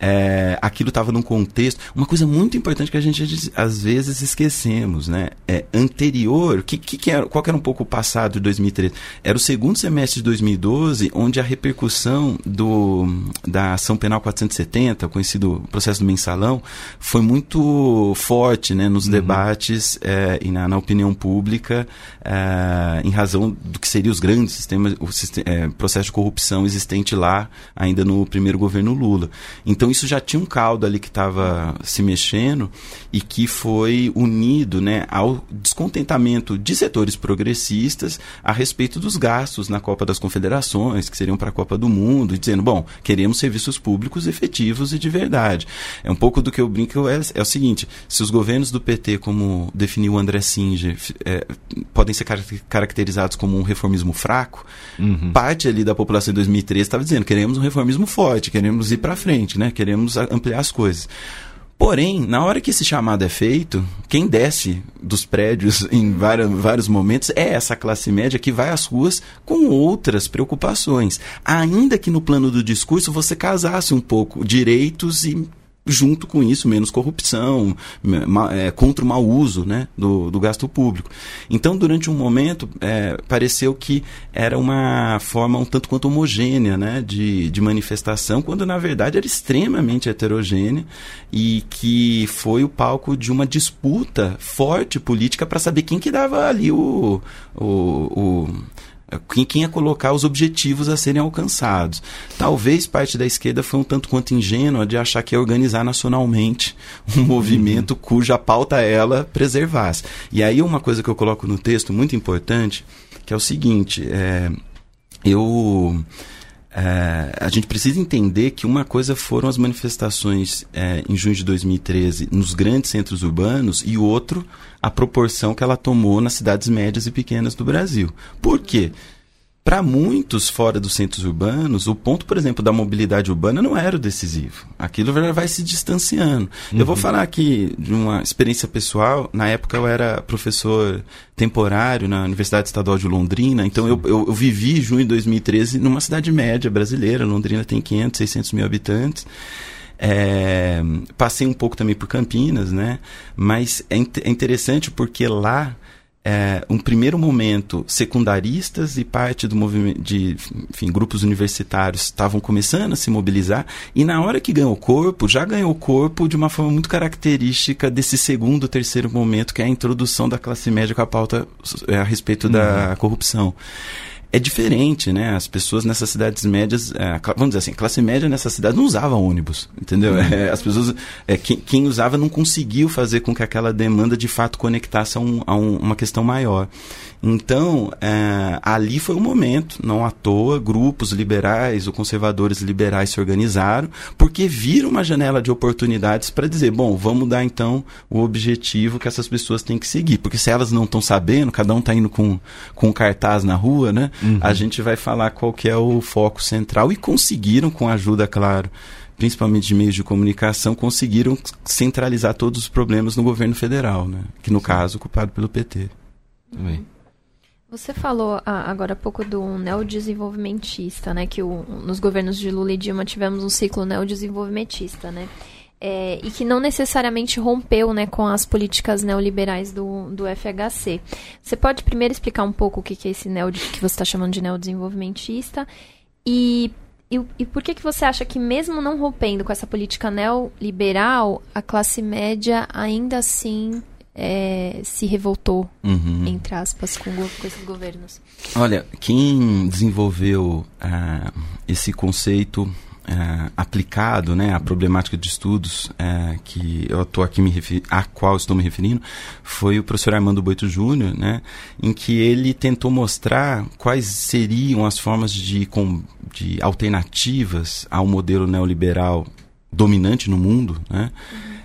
aquilo estava num contexto. Uma coisa muito importante que a gente às vezes esquecemos, né? Anterior, qual que era um pouco o passado de 2013? Era o segundo semestre de 2012, onde a repercussão da ação penal 470, conhecido processo do mensalão, foi muito forte, né, nos debates e na opinião pública, em razão do que seriam os grandes sistemas, processo de corrupção existente lá, ainda no primeiro governo Lula. Então, isso já tinha um caldo ali que estava se mexendo e que foi unido, né, ao descontentamento de setores progressistas a respeito dos gastos na Copa das Confederações, que seriam para a Copa do Mundo, e dizendo, bom, queremos serviços públicos efetivos e de verdade. Um pouco do que eu brinco é o seguinte, se os governos do PT, como definiu o André Singer, podem ser caracterizados como um reformismo fraco, parte ali da população em 2013 estava dizendo, queremos um reformismo forte, queremos ir para frente, né? Queremos ampliar as coisas. Porém, na hora que esse chamado é feito, quem desce dos prédios em vários momentos é essa classe média que vai às ruas com outras preocupações. Ainda que no plano do discurso você casasse um pouco direitos e, junto com isso, menos corrupção, contra o mau uso, né, do gasto público. Então, durante um momento, pareceu que era uma forma um tanto quanto homogênea, né, de manifestação, quando na verdade era extremamente heterogênea e que foi o palco de uma disputa forte política para saber quem que dava ali quem ia colocar os objetivos a serem alcançados. Talvez parte da esquerda foi um tanto quanto ingênua de achar que ia organizar nacionalmente um movimento cuja pauta ela preservasse. E aí uma coisa que eu coloco no texto muito importante, que é o seguinte, a gente precisa entender que uma coisa foram as manifestações em junho de 2013 nos grandes centros urbanos e outro a proporção que ela tomou nas cidades médias e pequenas do Brasil. Por quê? Para muitos fora dos centros urbanos, o ponto, por exemplo, da mobilidade urbana não era o decisivo. Aquilo vai se distanciando. Eu vou falar aqui de uma experiência pessoal. Na época eu era professor temporário na Universidade Estadual de Londrina, então eu vivi junho de 2013 numa cidade média brasileira. Londrina tem 500, 600 mil habitantes. Passei um pouco também por Campinas, né? Mas é interessante porque lá, um primeiro momento, secundaristas e parte do movimento grupos universitários estavam começando a se mobilizar, e na hora que ganhou corpo, já ganhou corpo de uma forma muito característica desse segundo, terceiro momento, que é a introdução da classe média com a pauta a respeito da corrupção. É diferente, né? As pessoas nessas cidades médias, vamos dizer assim, classe média nessa cidade não usava ônibus, entendeu? As pessoas, quem usava não conseguiu fazer com que aquela demanda de fato conectasse a uma questão maior. Então, ali foi um momento, não à toa, grupos liberais ou conservadores liberais se organizaram, porque viram uma janela de oportunidades para dizer, bom, vamos dar então o objetivo que essas pessoas têm que seguir, porque se elas não estão sabendo, cada um está indo com um cartaz na rua, né? A gente vai falar qual que é o foco central, e conseguiram, com a ajuda, claro, principalmente de meios de comunicação, conseguiram centralizar todos os problemas no governo federal, né? Que no caso, ocupado pelo PT. Também. Você falou agora há pouco do neodesenvolvimentista, né? Que nos governos de Lula e Dilma tivemos um ciclo neodesenvolvimentista, né? E que não necessariamente rompeu, né, com as políticas neoliberais do FHC. Você pode primeiro explicar um pouco o que é esse que você está chamando de neodesenvolvimentista e por que você acha que mesmo não rompendo com essa política neoliberal, a classe média ainda assim se revoltou, entre aspas, com esses governos? Olha, quem desenvolveu esse conceito aplicado, né, à problemática de estudos que eu estou aqui a qual estou me referindo, foi o professor Armando Boito Júnior, né, em que ele tentou mostrar quais seriam as formas de alternativas ao modelo neoliberal dominante no mundo, né,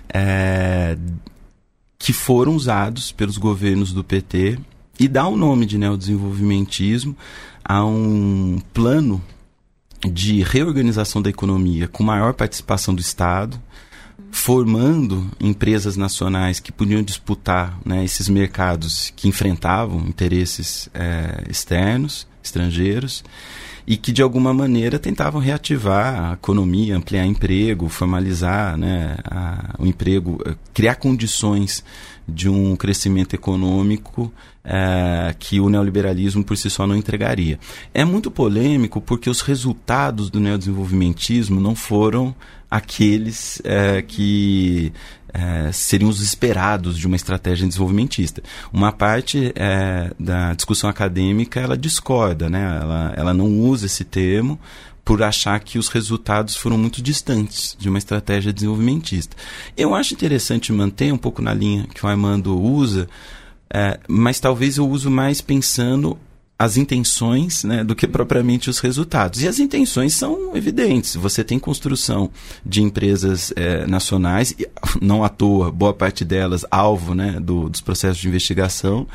que foram usados pelos governos do PT, e dá o nome de neodesenvolvimentismo a um plano de reorganização da economia com maior participação do Estado, formando empresas nacionais que podiam disputar, né, esses mercados que enfrentavam interesses estrangeiros, e que de alguma maneira tentavam reativar a economia, ampliar emprego, formalizar, né, o emprego, criar condições de um crescimento econômico que o neoliberalismo por si só não entregaria. É muito polêmico porque os resultados do neodesenvolvimentismo não foram aqueles que seriam os esperados de uma estratégia desenvolvimentista. Uma parte da discussão acadêmica ela discorda, né? Ela não usa esse termo por achar que os resultados foram muito distantes de uma estratégia desenvolvimentista. Eu acho interessante manter um pouco na linha que o Armando usa, mas talvez eu uso mais pensando as intenções, né, do que propriamente os resultados. E as intenções são evidentes. Você tem construção de empresas nacionais, não à toa, boa parte delas alvo, né, dos processos de investigação,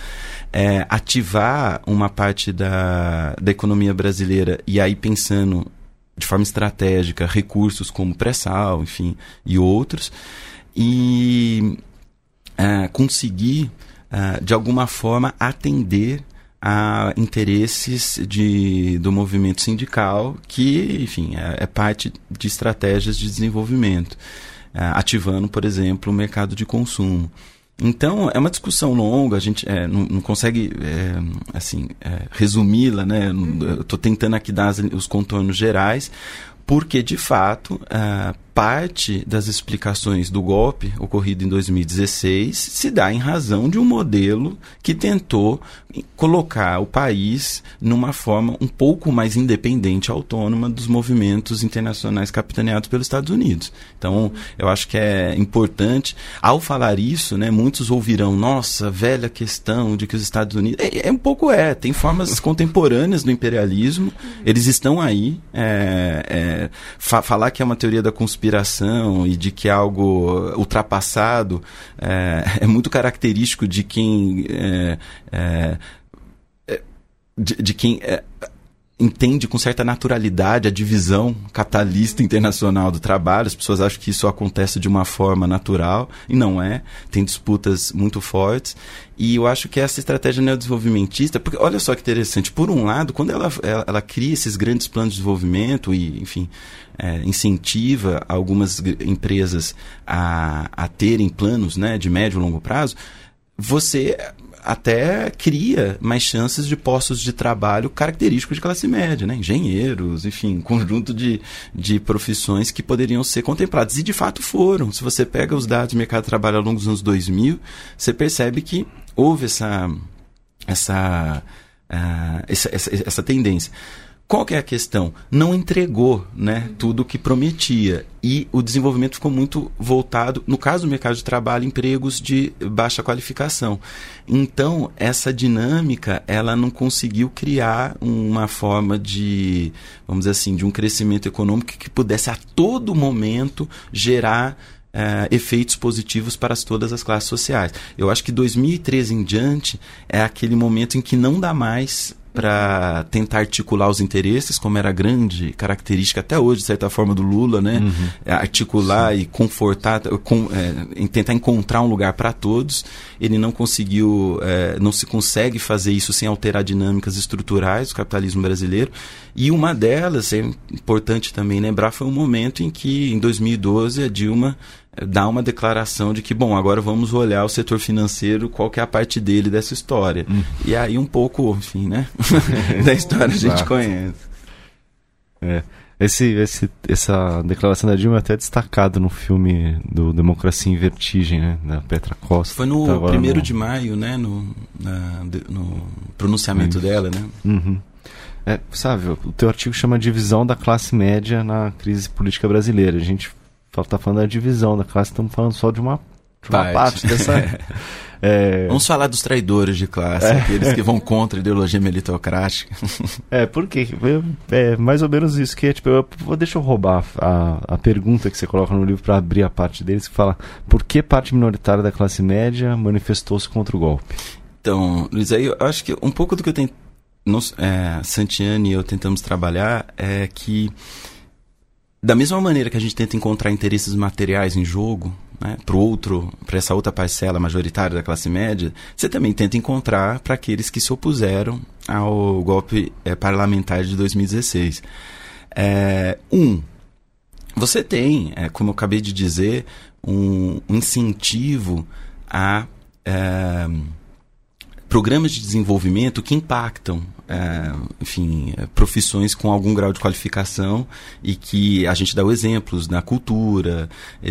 ativar uma parte da economia brasileira, e aí pensando de forma estratégica recursos como pré-sal, enfim, e outros, e conseguir, de alguma forma, atender a interesses do movimento sindical, que, enfim, é parte de estratégias de desenvolvimento, ativando, por exemplo, o mercado de consumo. Então, é uma discussão longa, a gente não consegue resumi-la, né? Eu estou tentando aqui dar os contornos gerais, porque, de fato, parte das explicações do golpe ocorrido em 2016 se dá em razão de um modelo que tentou colocar o país numa forma um pouco mais independente, autônoma dos movimentos internacionais capitaneados pelos Estados Unidos. Então, eu acho que é importante, ao falar isso, né, muitos ouvirão, nossa, velha questão de que os Estados Unidos... tem formas contemporâneas do imperialismo, eles estão aí, falar que é uma teoria da conspiração e de que é algo ultrapassado é muito característico de quem entende com certa naturalidade a divisão capitalista internacional do trabalho. As pessoas acham que isso acontece de uma forma natural, e não é. Tem disputas muito fortes. E eu acho que essa estratégia neodesenvolvimentista, porque olha só que interessante, por um lado, quando ela cria esses grandes planos de desenvolvimento e, enfim, incentiva algumas empresas a terem planos, né, de médio e longo prazo, você até cria mais chances de postos de trabalho característicos de classe média, né? Engenheiros, enfim, conjunto de profissões que poderiam ser contempladas. E de fato foram. Se você pega os dados do mercado de trabalho ao longo dos anos 2000, você percebe que houve essa tendência. Qual que é a questão? Não entregou, né, tudo o que prometia. E o desenvolvimento ficou muito voltado, no caso do mercado de trabalho, empregos de baixa qualificação. Então, essa dinâmica, ela não conseguiu criar uma forma de, vamos dizer assim, de um crescimento econômico que pudesse a todo momento gerar efeitos positivos para todas as classes sociais. Eu acho que 2013 em diante é aquele momento em que não dá mais para tentar articular os interesses, como era a grande característica até hoje, de certa forma, do Lula, né? Uhum. Articular, sim, e confortar, tentar encontrar um lugar para todos. Ele não conseguiu, não se consegue fazer isso sem alterar dinâmicas estruturais do capitalismo brasileiro. E uma delas, é importante também lembrar, foi um momento em que, em 2012, a Dilma dá uma declaração de que, bom, agora vamos olhar o setor financeiro, qual que é a parte dele dessa história. E aí um pouco, enfim, né, da história a gente conhece. Essa declaração da Dilma é até destacada no filme do Democracia em Vertigem, né, da Petra Costa. Foi no 1º de maio, né, no pronunciamento dela, né? Uhum. Sabe, o teu artigo chama Divisão da Classe Média na Crise Política Brasileira. A gente está falando da divisão da classe, estamos falando só de uma parte dessa... Vamos falar dos traidores de classe, aqueles que vão contra a ideologia meritocrática. Porque é mais ou menos isso, que deixa eu roubar a pergunta que você coloca no livro para abrir a parte deles, que fala, por que parte minoritária da classe média manifestou-se contra o golpe? Então, Luiz, aí eu acho que um pouco do que eu tenho, Santiani e eu tentamos trabalhar é que, da mesma maneira que a gente tenta encontrar interesses materiais em jogo, né, para essa outra parcela majoritária da classe média, você também tenta encontrar para aqueles que se opuseram ao golpe parlamentar de 2016. Você tem, como eu acabei de dizer, um incentivo a programas de desenvolvimento que impactam, profissões com algum grau de qualificação e que a gente dá exemplos na cultura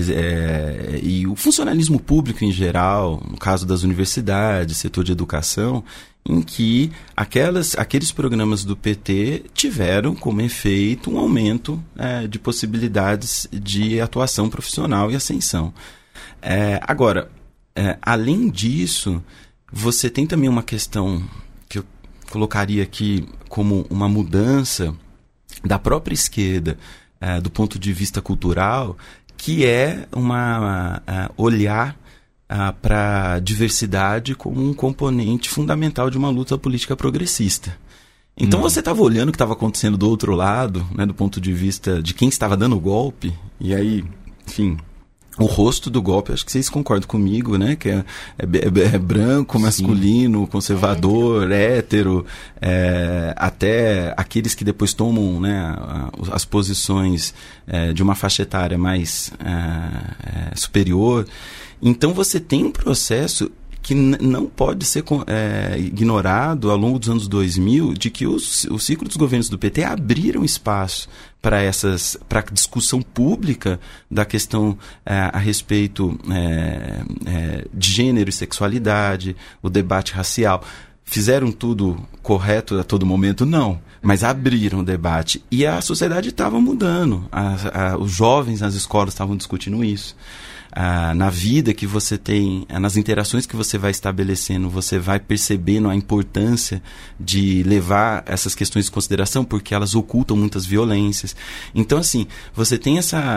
e o funcionalismo público em geral, no caso das universidades, setor de educação, em que aqueles programas do PT tiveram como efeito um aumento de possibilidades de atuação profissional e ascensão. Agora, além disso, você tem também uma questão que eu colocaria aqui como uma mudança da própria esquerda do ponto de vista cultural, que é olhar para a diversidade como um componente fundamental de uma luta política progressista. Então você estava olhando o que estava acontecendo do outro lado, né, do ponto de vista de quem estava dando o golpe, e aí, enfim, o rosto do golpe, acho que vocês concordam comigo, né, que é branco, masculino, conservador, hétero, até aqueles que depois tomam, né, as posições de uma faixa etária mais superior. Então você tem um processo que não pode ser ignorado ao longo dos anos 2000, de que os ciclos dos governos do PT abriram espaço para a discussão pública da questão a respeito de gênero e sexualidade, o debate racial. Fizeram tudo correto a todo momento? Não. Mas abriram o debate. E a sociedade estava mudando. Os jovens nas escolas estavam discutindo isso. Na vida que você tem, nas interações que você vai estabelecendo, você vai percebendo a importância de levar essas questões em consideração, porque elas ocultam muitas violências. Então, assim, você tem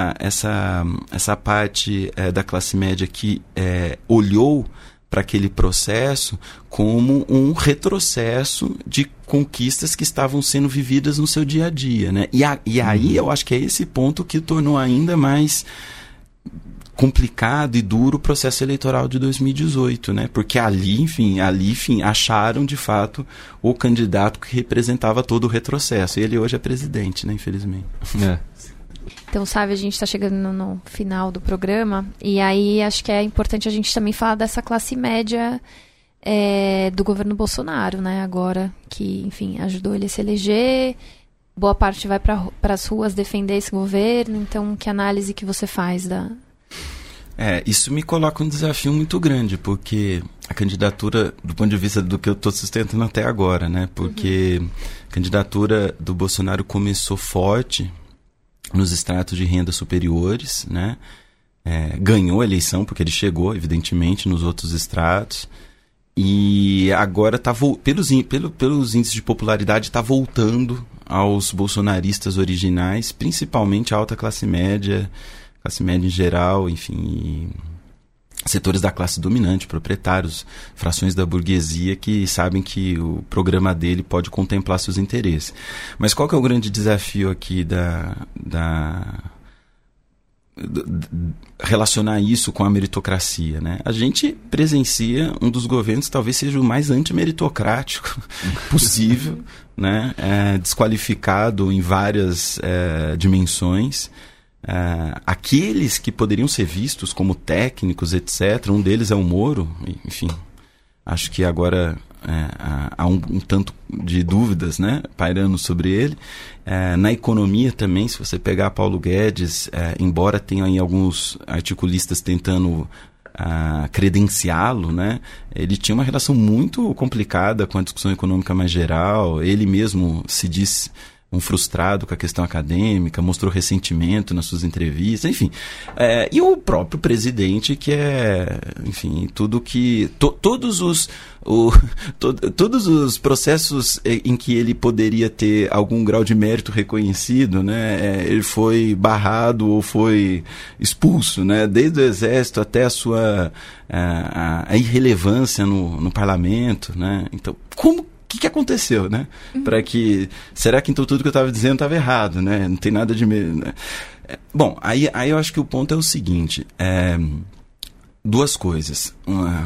essa parte da classe média que olhou para aquele processo como um retrocesso de conquistas que estavam sendo vividas no seu dia a dia, né? E aí eu acho que é esse ponto que tornou ainda mais complicado e duro o processo eleitoral de 2018, né? Porque ali, acharam de fato o candidato que representava todo o retrocesso. E ele hoje é presidente, né? Infelizmente. Então, sabe, a gente está chegando no final do programa e aí acho que é importante a gente também falar dessa classe média do governo Bolsonaro, né? Agora que, enfim, ajudou ele a se eleger, boa parte vai para as ruas defender esse governo. Então, que análise que você faz da... Isso me coloca um desafio muito grande, porque a candidatura, do ponto de vista do que eu estou sustentando até agora, né? Porque a candidatura do Bolsonaro começou forte nos estratos de renda superiores, né? Ganhou a eleição, porque ele chegou, evidentemente, nos outros estratos. E agora, pelos índices de popularidade, está voltando aos bolsonaristas originais, principalmente a alta classe média em geral, enfim, setores da classe dominante, proprietários, frações da burguesia que sabem que o programa dele pode contemplar seus interesses. Mas qual que é o grande desafio aqui relacionar isso com a meritocracia, né? A gente presencia um dos governos que talvez seja o mais antimeritocrático possível, né? Desqualificado em várias dimensões. Aqueles que poderiam ser vistos como técnicos, etc., um deles é o Moro, enfim, acho que agora há um tanto de dúvidas, né, pairando sobre ele. Na economia também, se você pegar Paulo Guedes, embora tenha aí alguns articulistas tentando credenciá-lo, né, ele tinha uma relação muito complicada com a discussão econômica mais geral. Ele mesmo se diz um frustrado com a questão acadêmica, mostrou ressentimento nas suas entrevistas, enfim. E o próprio presidente, que enfim, tudo que... Todos os processos em que ele poderia ter algum grau de mérito reconhecido, né, ele foi barrado ou foi expulso, né, desde o Exército até a sua a irrelevância no parlamento, né. Então, o que aconteceu, né? Será que então tudo que eu estava dizendo estava errado, né? Não tem nada de... Bom, aí eu acho que o ponto é o seguinte, duas coisas.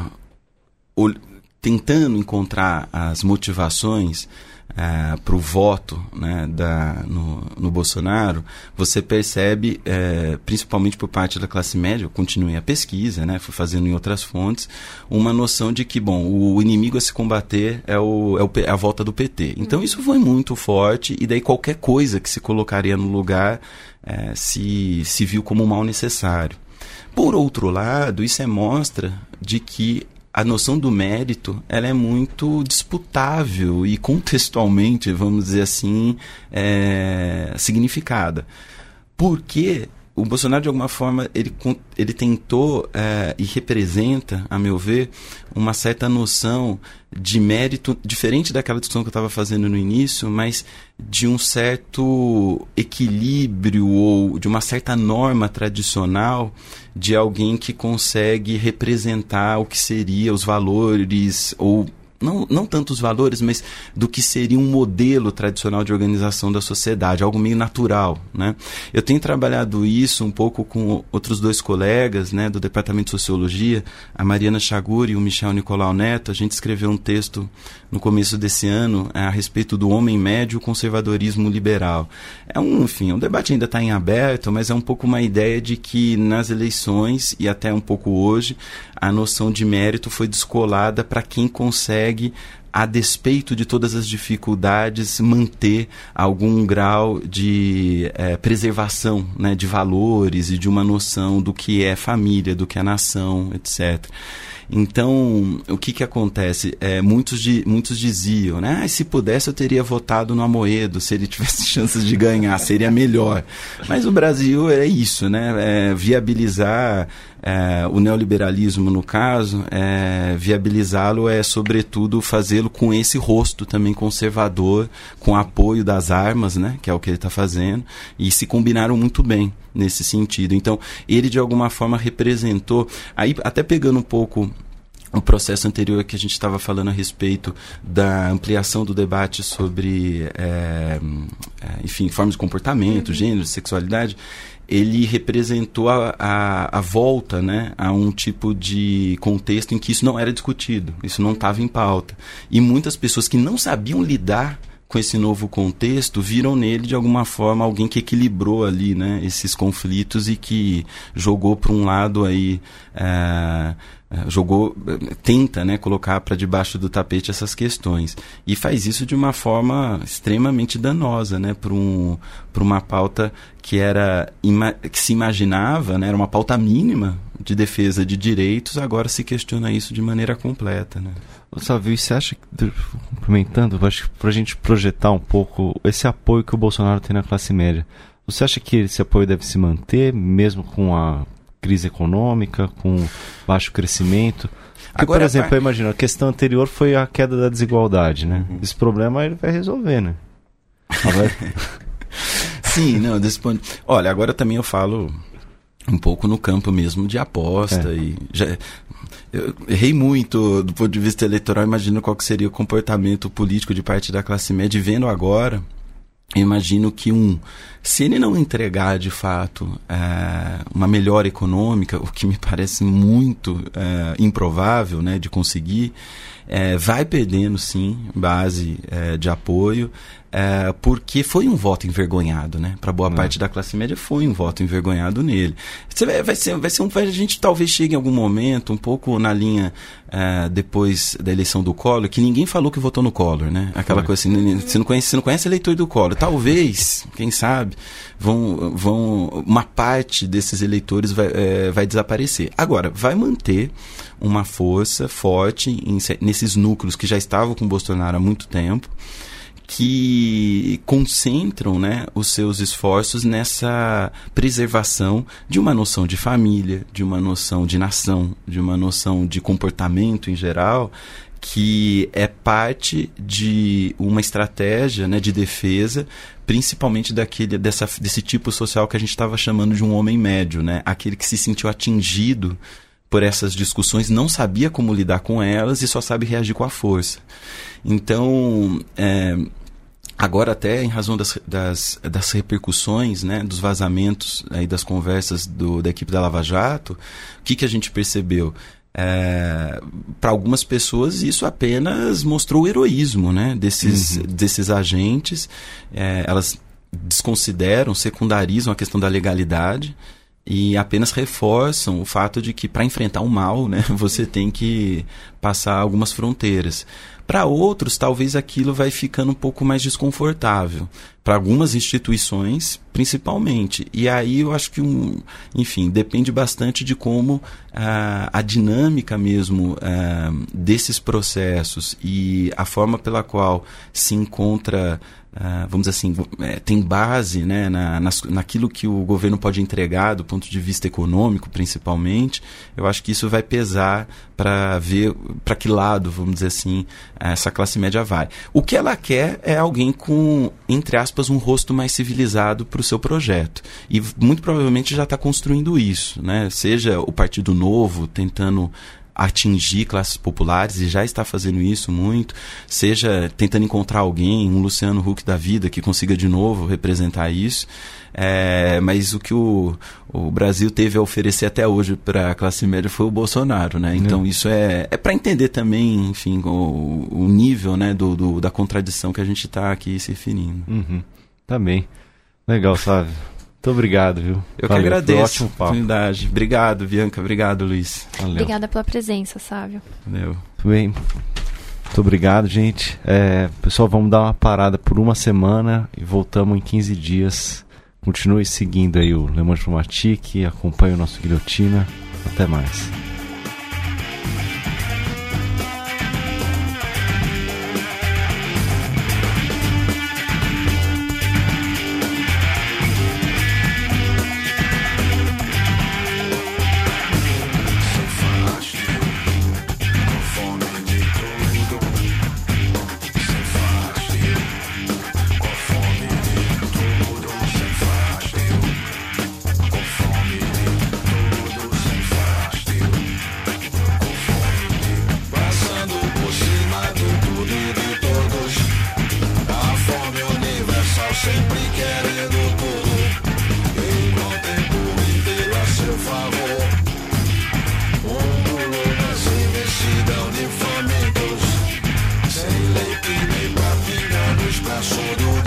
Tentando encontrar as motivações para o voto, né, no Bolsonaro, você percebe, principalmente por parte da classe média, eu continuei a pesquisa, né, fui fazendo em outras fontes, uma noção de que, bom, o inimigo a se combater é a volta do PT. Então isso foi muito forte, e daí qualquer coisa que se colocaria no lugar se viu como um mal necessário. Por outro lado, isso mostra de que a noção do mérito, ela é muito disputável e contextualmente, vamos dizer assim, significada. Porque o Bolsonaro, de alguma forma, ele tentou e representa, a meu ver, uma certa noção de mérito, diferente daquela discussão que eu estava fazendo no início, mas de um certo equilíbrio ou de uma certa norma tradicional de alguém que consegue representar o que seria os valores, ou não tanto os valores, mas do que seria um modelo tradicional de organização da sociedade, algo meio natural, né? Eu tenho trabalhado isso um pouco com outros dois colegas, né, do Departamento de Sociologia, a Mariana Chaguri e o Michel Nicolau Neto. A gente escreveu um texto no começo desse ano a respeito do homem médio e o conservadorismo liberal. Enfim, o debate ainda está em aberto, mas é um pouco uma ideia de que nas eleições, e até um pouco hoje, a noção de mérito foi descolada para quem consegue, a despeito de todas as dificuldades, manter algum grau de preservação, né, de valores e de uma noção do que é família, do que é nação, etc. Então, o que acontece? Muitos diziam, né? Se pudesse eu teria votado no Amoedo, se ele tivesse chances de ganhar, seria melhor. Mas o Brasil é isso, né? Viabilizar o neoliberalismo, no caso, viabilizá-lo sobretudo, fazê-lo com esse rosto também conservador, com apoio das armas, né? Que é o que ele está fazendo, e se combinaram muito bem nesse sentido. Então, ele de alguma forma representou, aí até pegando um pouco o processo anterior que a gente estava falando a respeito da ampliação do debate sobre, enfim, formas de comportamento, gênero, sexualidade, ele representou a volta, né, a um tipo de contexto em que isso não era discutido, isso não estava em pauta. E muitas pessoas que não sabiam lidar com esse novo contexto, viram nele, de alguma forma, alguém que equilibrou ali, né, esses conflitos e que jogou para um lado aí, tenta, né, colocar para debaixo do tapete essas questões. E faz isso de uma forma extremamente danosa, né, para uma pauta que se imaginava, né, era uma pauta mínima de defesa de direitos, agora se questiona isso de maneira completa, né. Sávio, e você acha que, complementando, acho que para a gente projetar um pouco esse apoio que o Bolsonaro tem na classe média, você acha que esse apoio deve se manter, mesmo com a crise econômica, com baixo crescimento? Porque, por exemplo, eu imagino, a questão anterior foi a queda da desigualdade, né? Uhum. Esse problema ele vai resolver, né? Sim, não, desse ponto... Olha, agora também eu falo um pouco no campo mesmo de aposta e... Eu errei muito do ponto de vista eleitoral, imagino qual que seria o comportamento político de parte da classe média. E vendo agora, eu imagino que se ele não entregar de fato uma melhora econômica, o que me parece muito improvável, né, de conseguir, vai perdendo sim base de apoio, porque foi um voto envergonhado, né? Para boa parte da classe média foi um voto envergonhado nele. A gente talvez chegue em algum momento, um pouco na linha depois da eleição do Collor, que ninguém falou que votou no Collor, né? Aquela coisa assim, você não conhece eleitor do Collor. Talvez, quem sabe, uma parte desses eleitores vai desaparecer. Agora, vai manter uma força forte nesses núcleos que já estavam com o Bolsonaro há muito tempo, que concentram, né, os seus esforços nessa preservação de uma noção de família, de uma noção de nação, de uma noção de comportamento em geral, que é parte de uma estratégia, né, de defesa, principalmente desse tipo social que a gente estava chamando de um homem médio, né, aquele que se sentiu atingido por essas discussões, não sabia como lidar com elas e só sabe reagir com a força. Então, Agora até em razão das repercussões, né, dos vazamentos aí das conversas da equipe da Lava Jato, o que a gente percebeu? Para algumas pessoas isso apenas mostrou o heroísmo, né, desses agentes. Elas desconsideram, secundarizam a questão da legalidade e apenas reforçam o fato de que para enfrentar o mal, né, você tem que passar algumas fronteiras. Para outros, talvez aquilo vai ficando um pouco mais desconfortável. Para algumas instituições, principalmente. E aí eu acho que, enfim, depende bastante de como a dinâmica mesmo desses processos e a forma pela qual se encontra, vamos dizer assim, tem base, né, naquilo que o governo pode entregar do ponto de vista econômico, principalmente. Eu acho que isso vai pesar para ver para que lado, vamos dizer assim, essa classe média vai. O que ela quer é alguém com, entre aspas, um rosto mais civilizado para o seu projeto. E muito provavelmente já está construindo isso, né? Seja o Partido Novo tentando atingir classes populares, e já está fazendo isso muito, seja tentando encontrar alguém, um Luciano Huck da vida, que consiga de novo representar isso. Mas o que o Brasil teve a oferecer até hoje para a classe média foi o Bolsonaro, né? Então isso é para entender também, enfim, o nível, né, da contradição que a gente está aqui se referindo. Tá bem. Legal, Sávio. Muito obrigado, viu? Eu que agradeço a oportunidade. Obrigado, Bianca. Obrigado, Luiz. Valeu. Obrigada pela presença, Sávio. Valeu. Muito bem. Muito obrigado, gente. Pessoal, vamos dar uma parada por uma semana e voltamos em 15 dias. Continue seguindo aí o Le Monde Diplomatique, acompanhe o nosso Guilhotina. Até mais. Sem lei que nem pra vingar nos braços do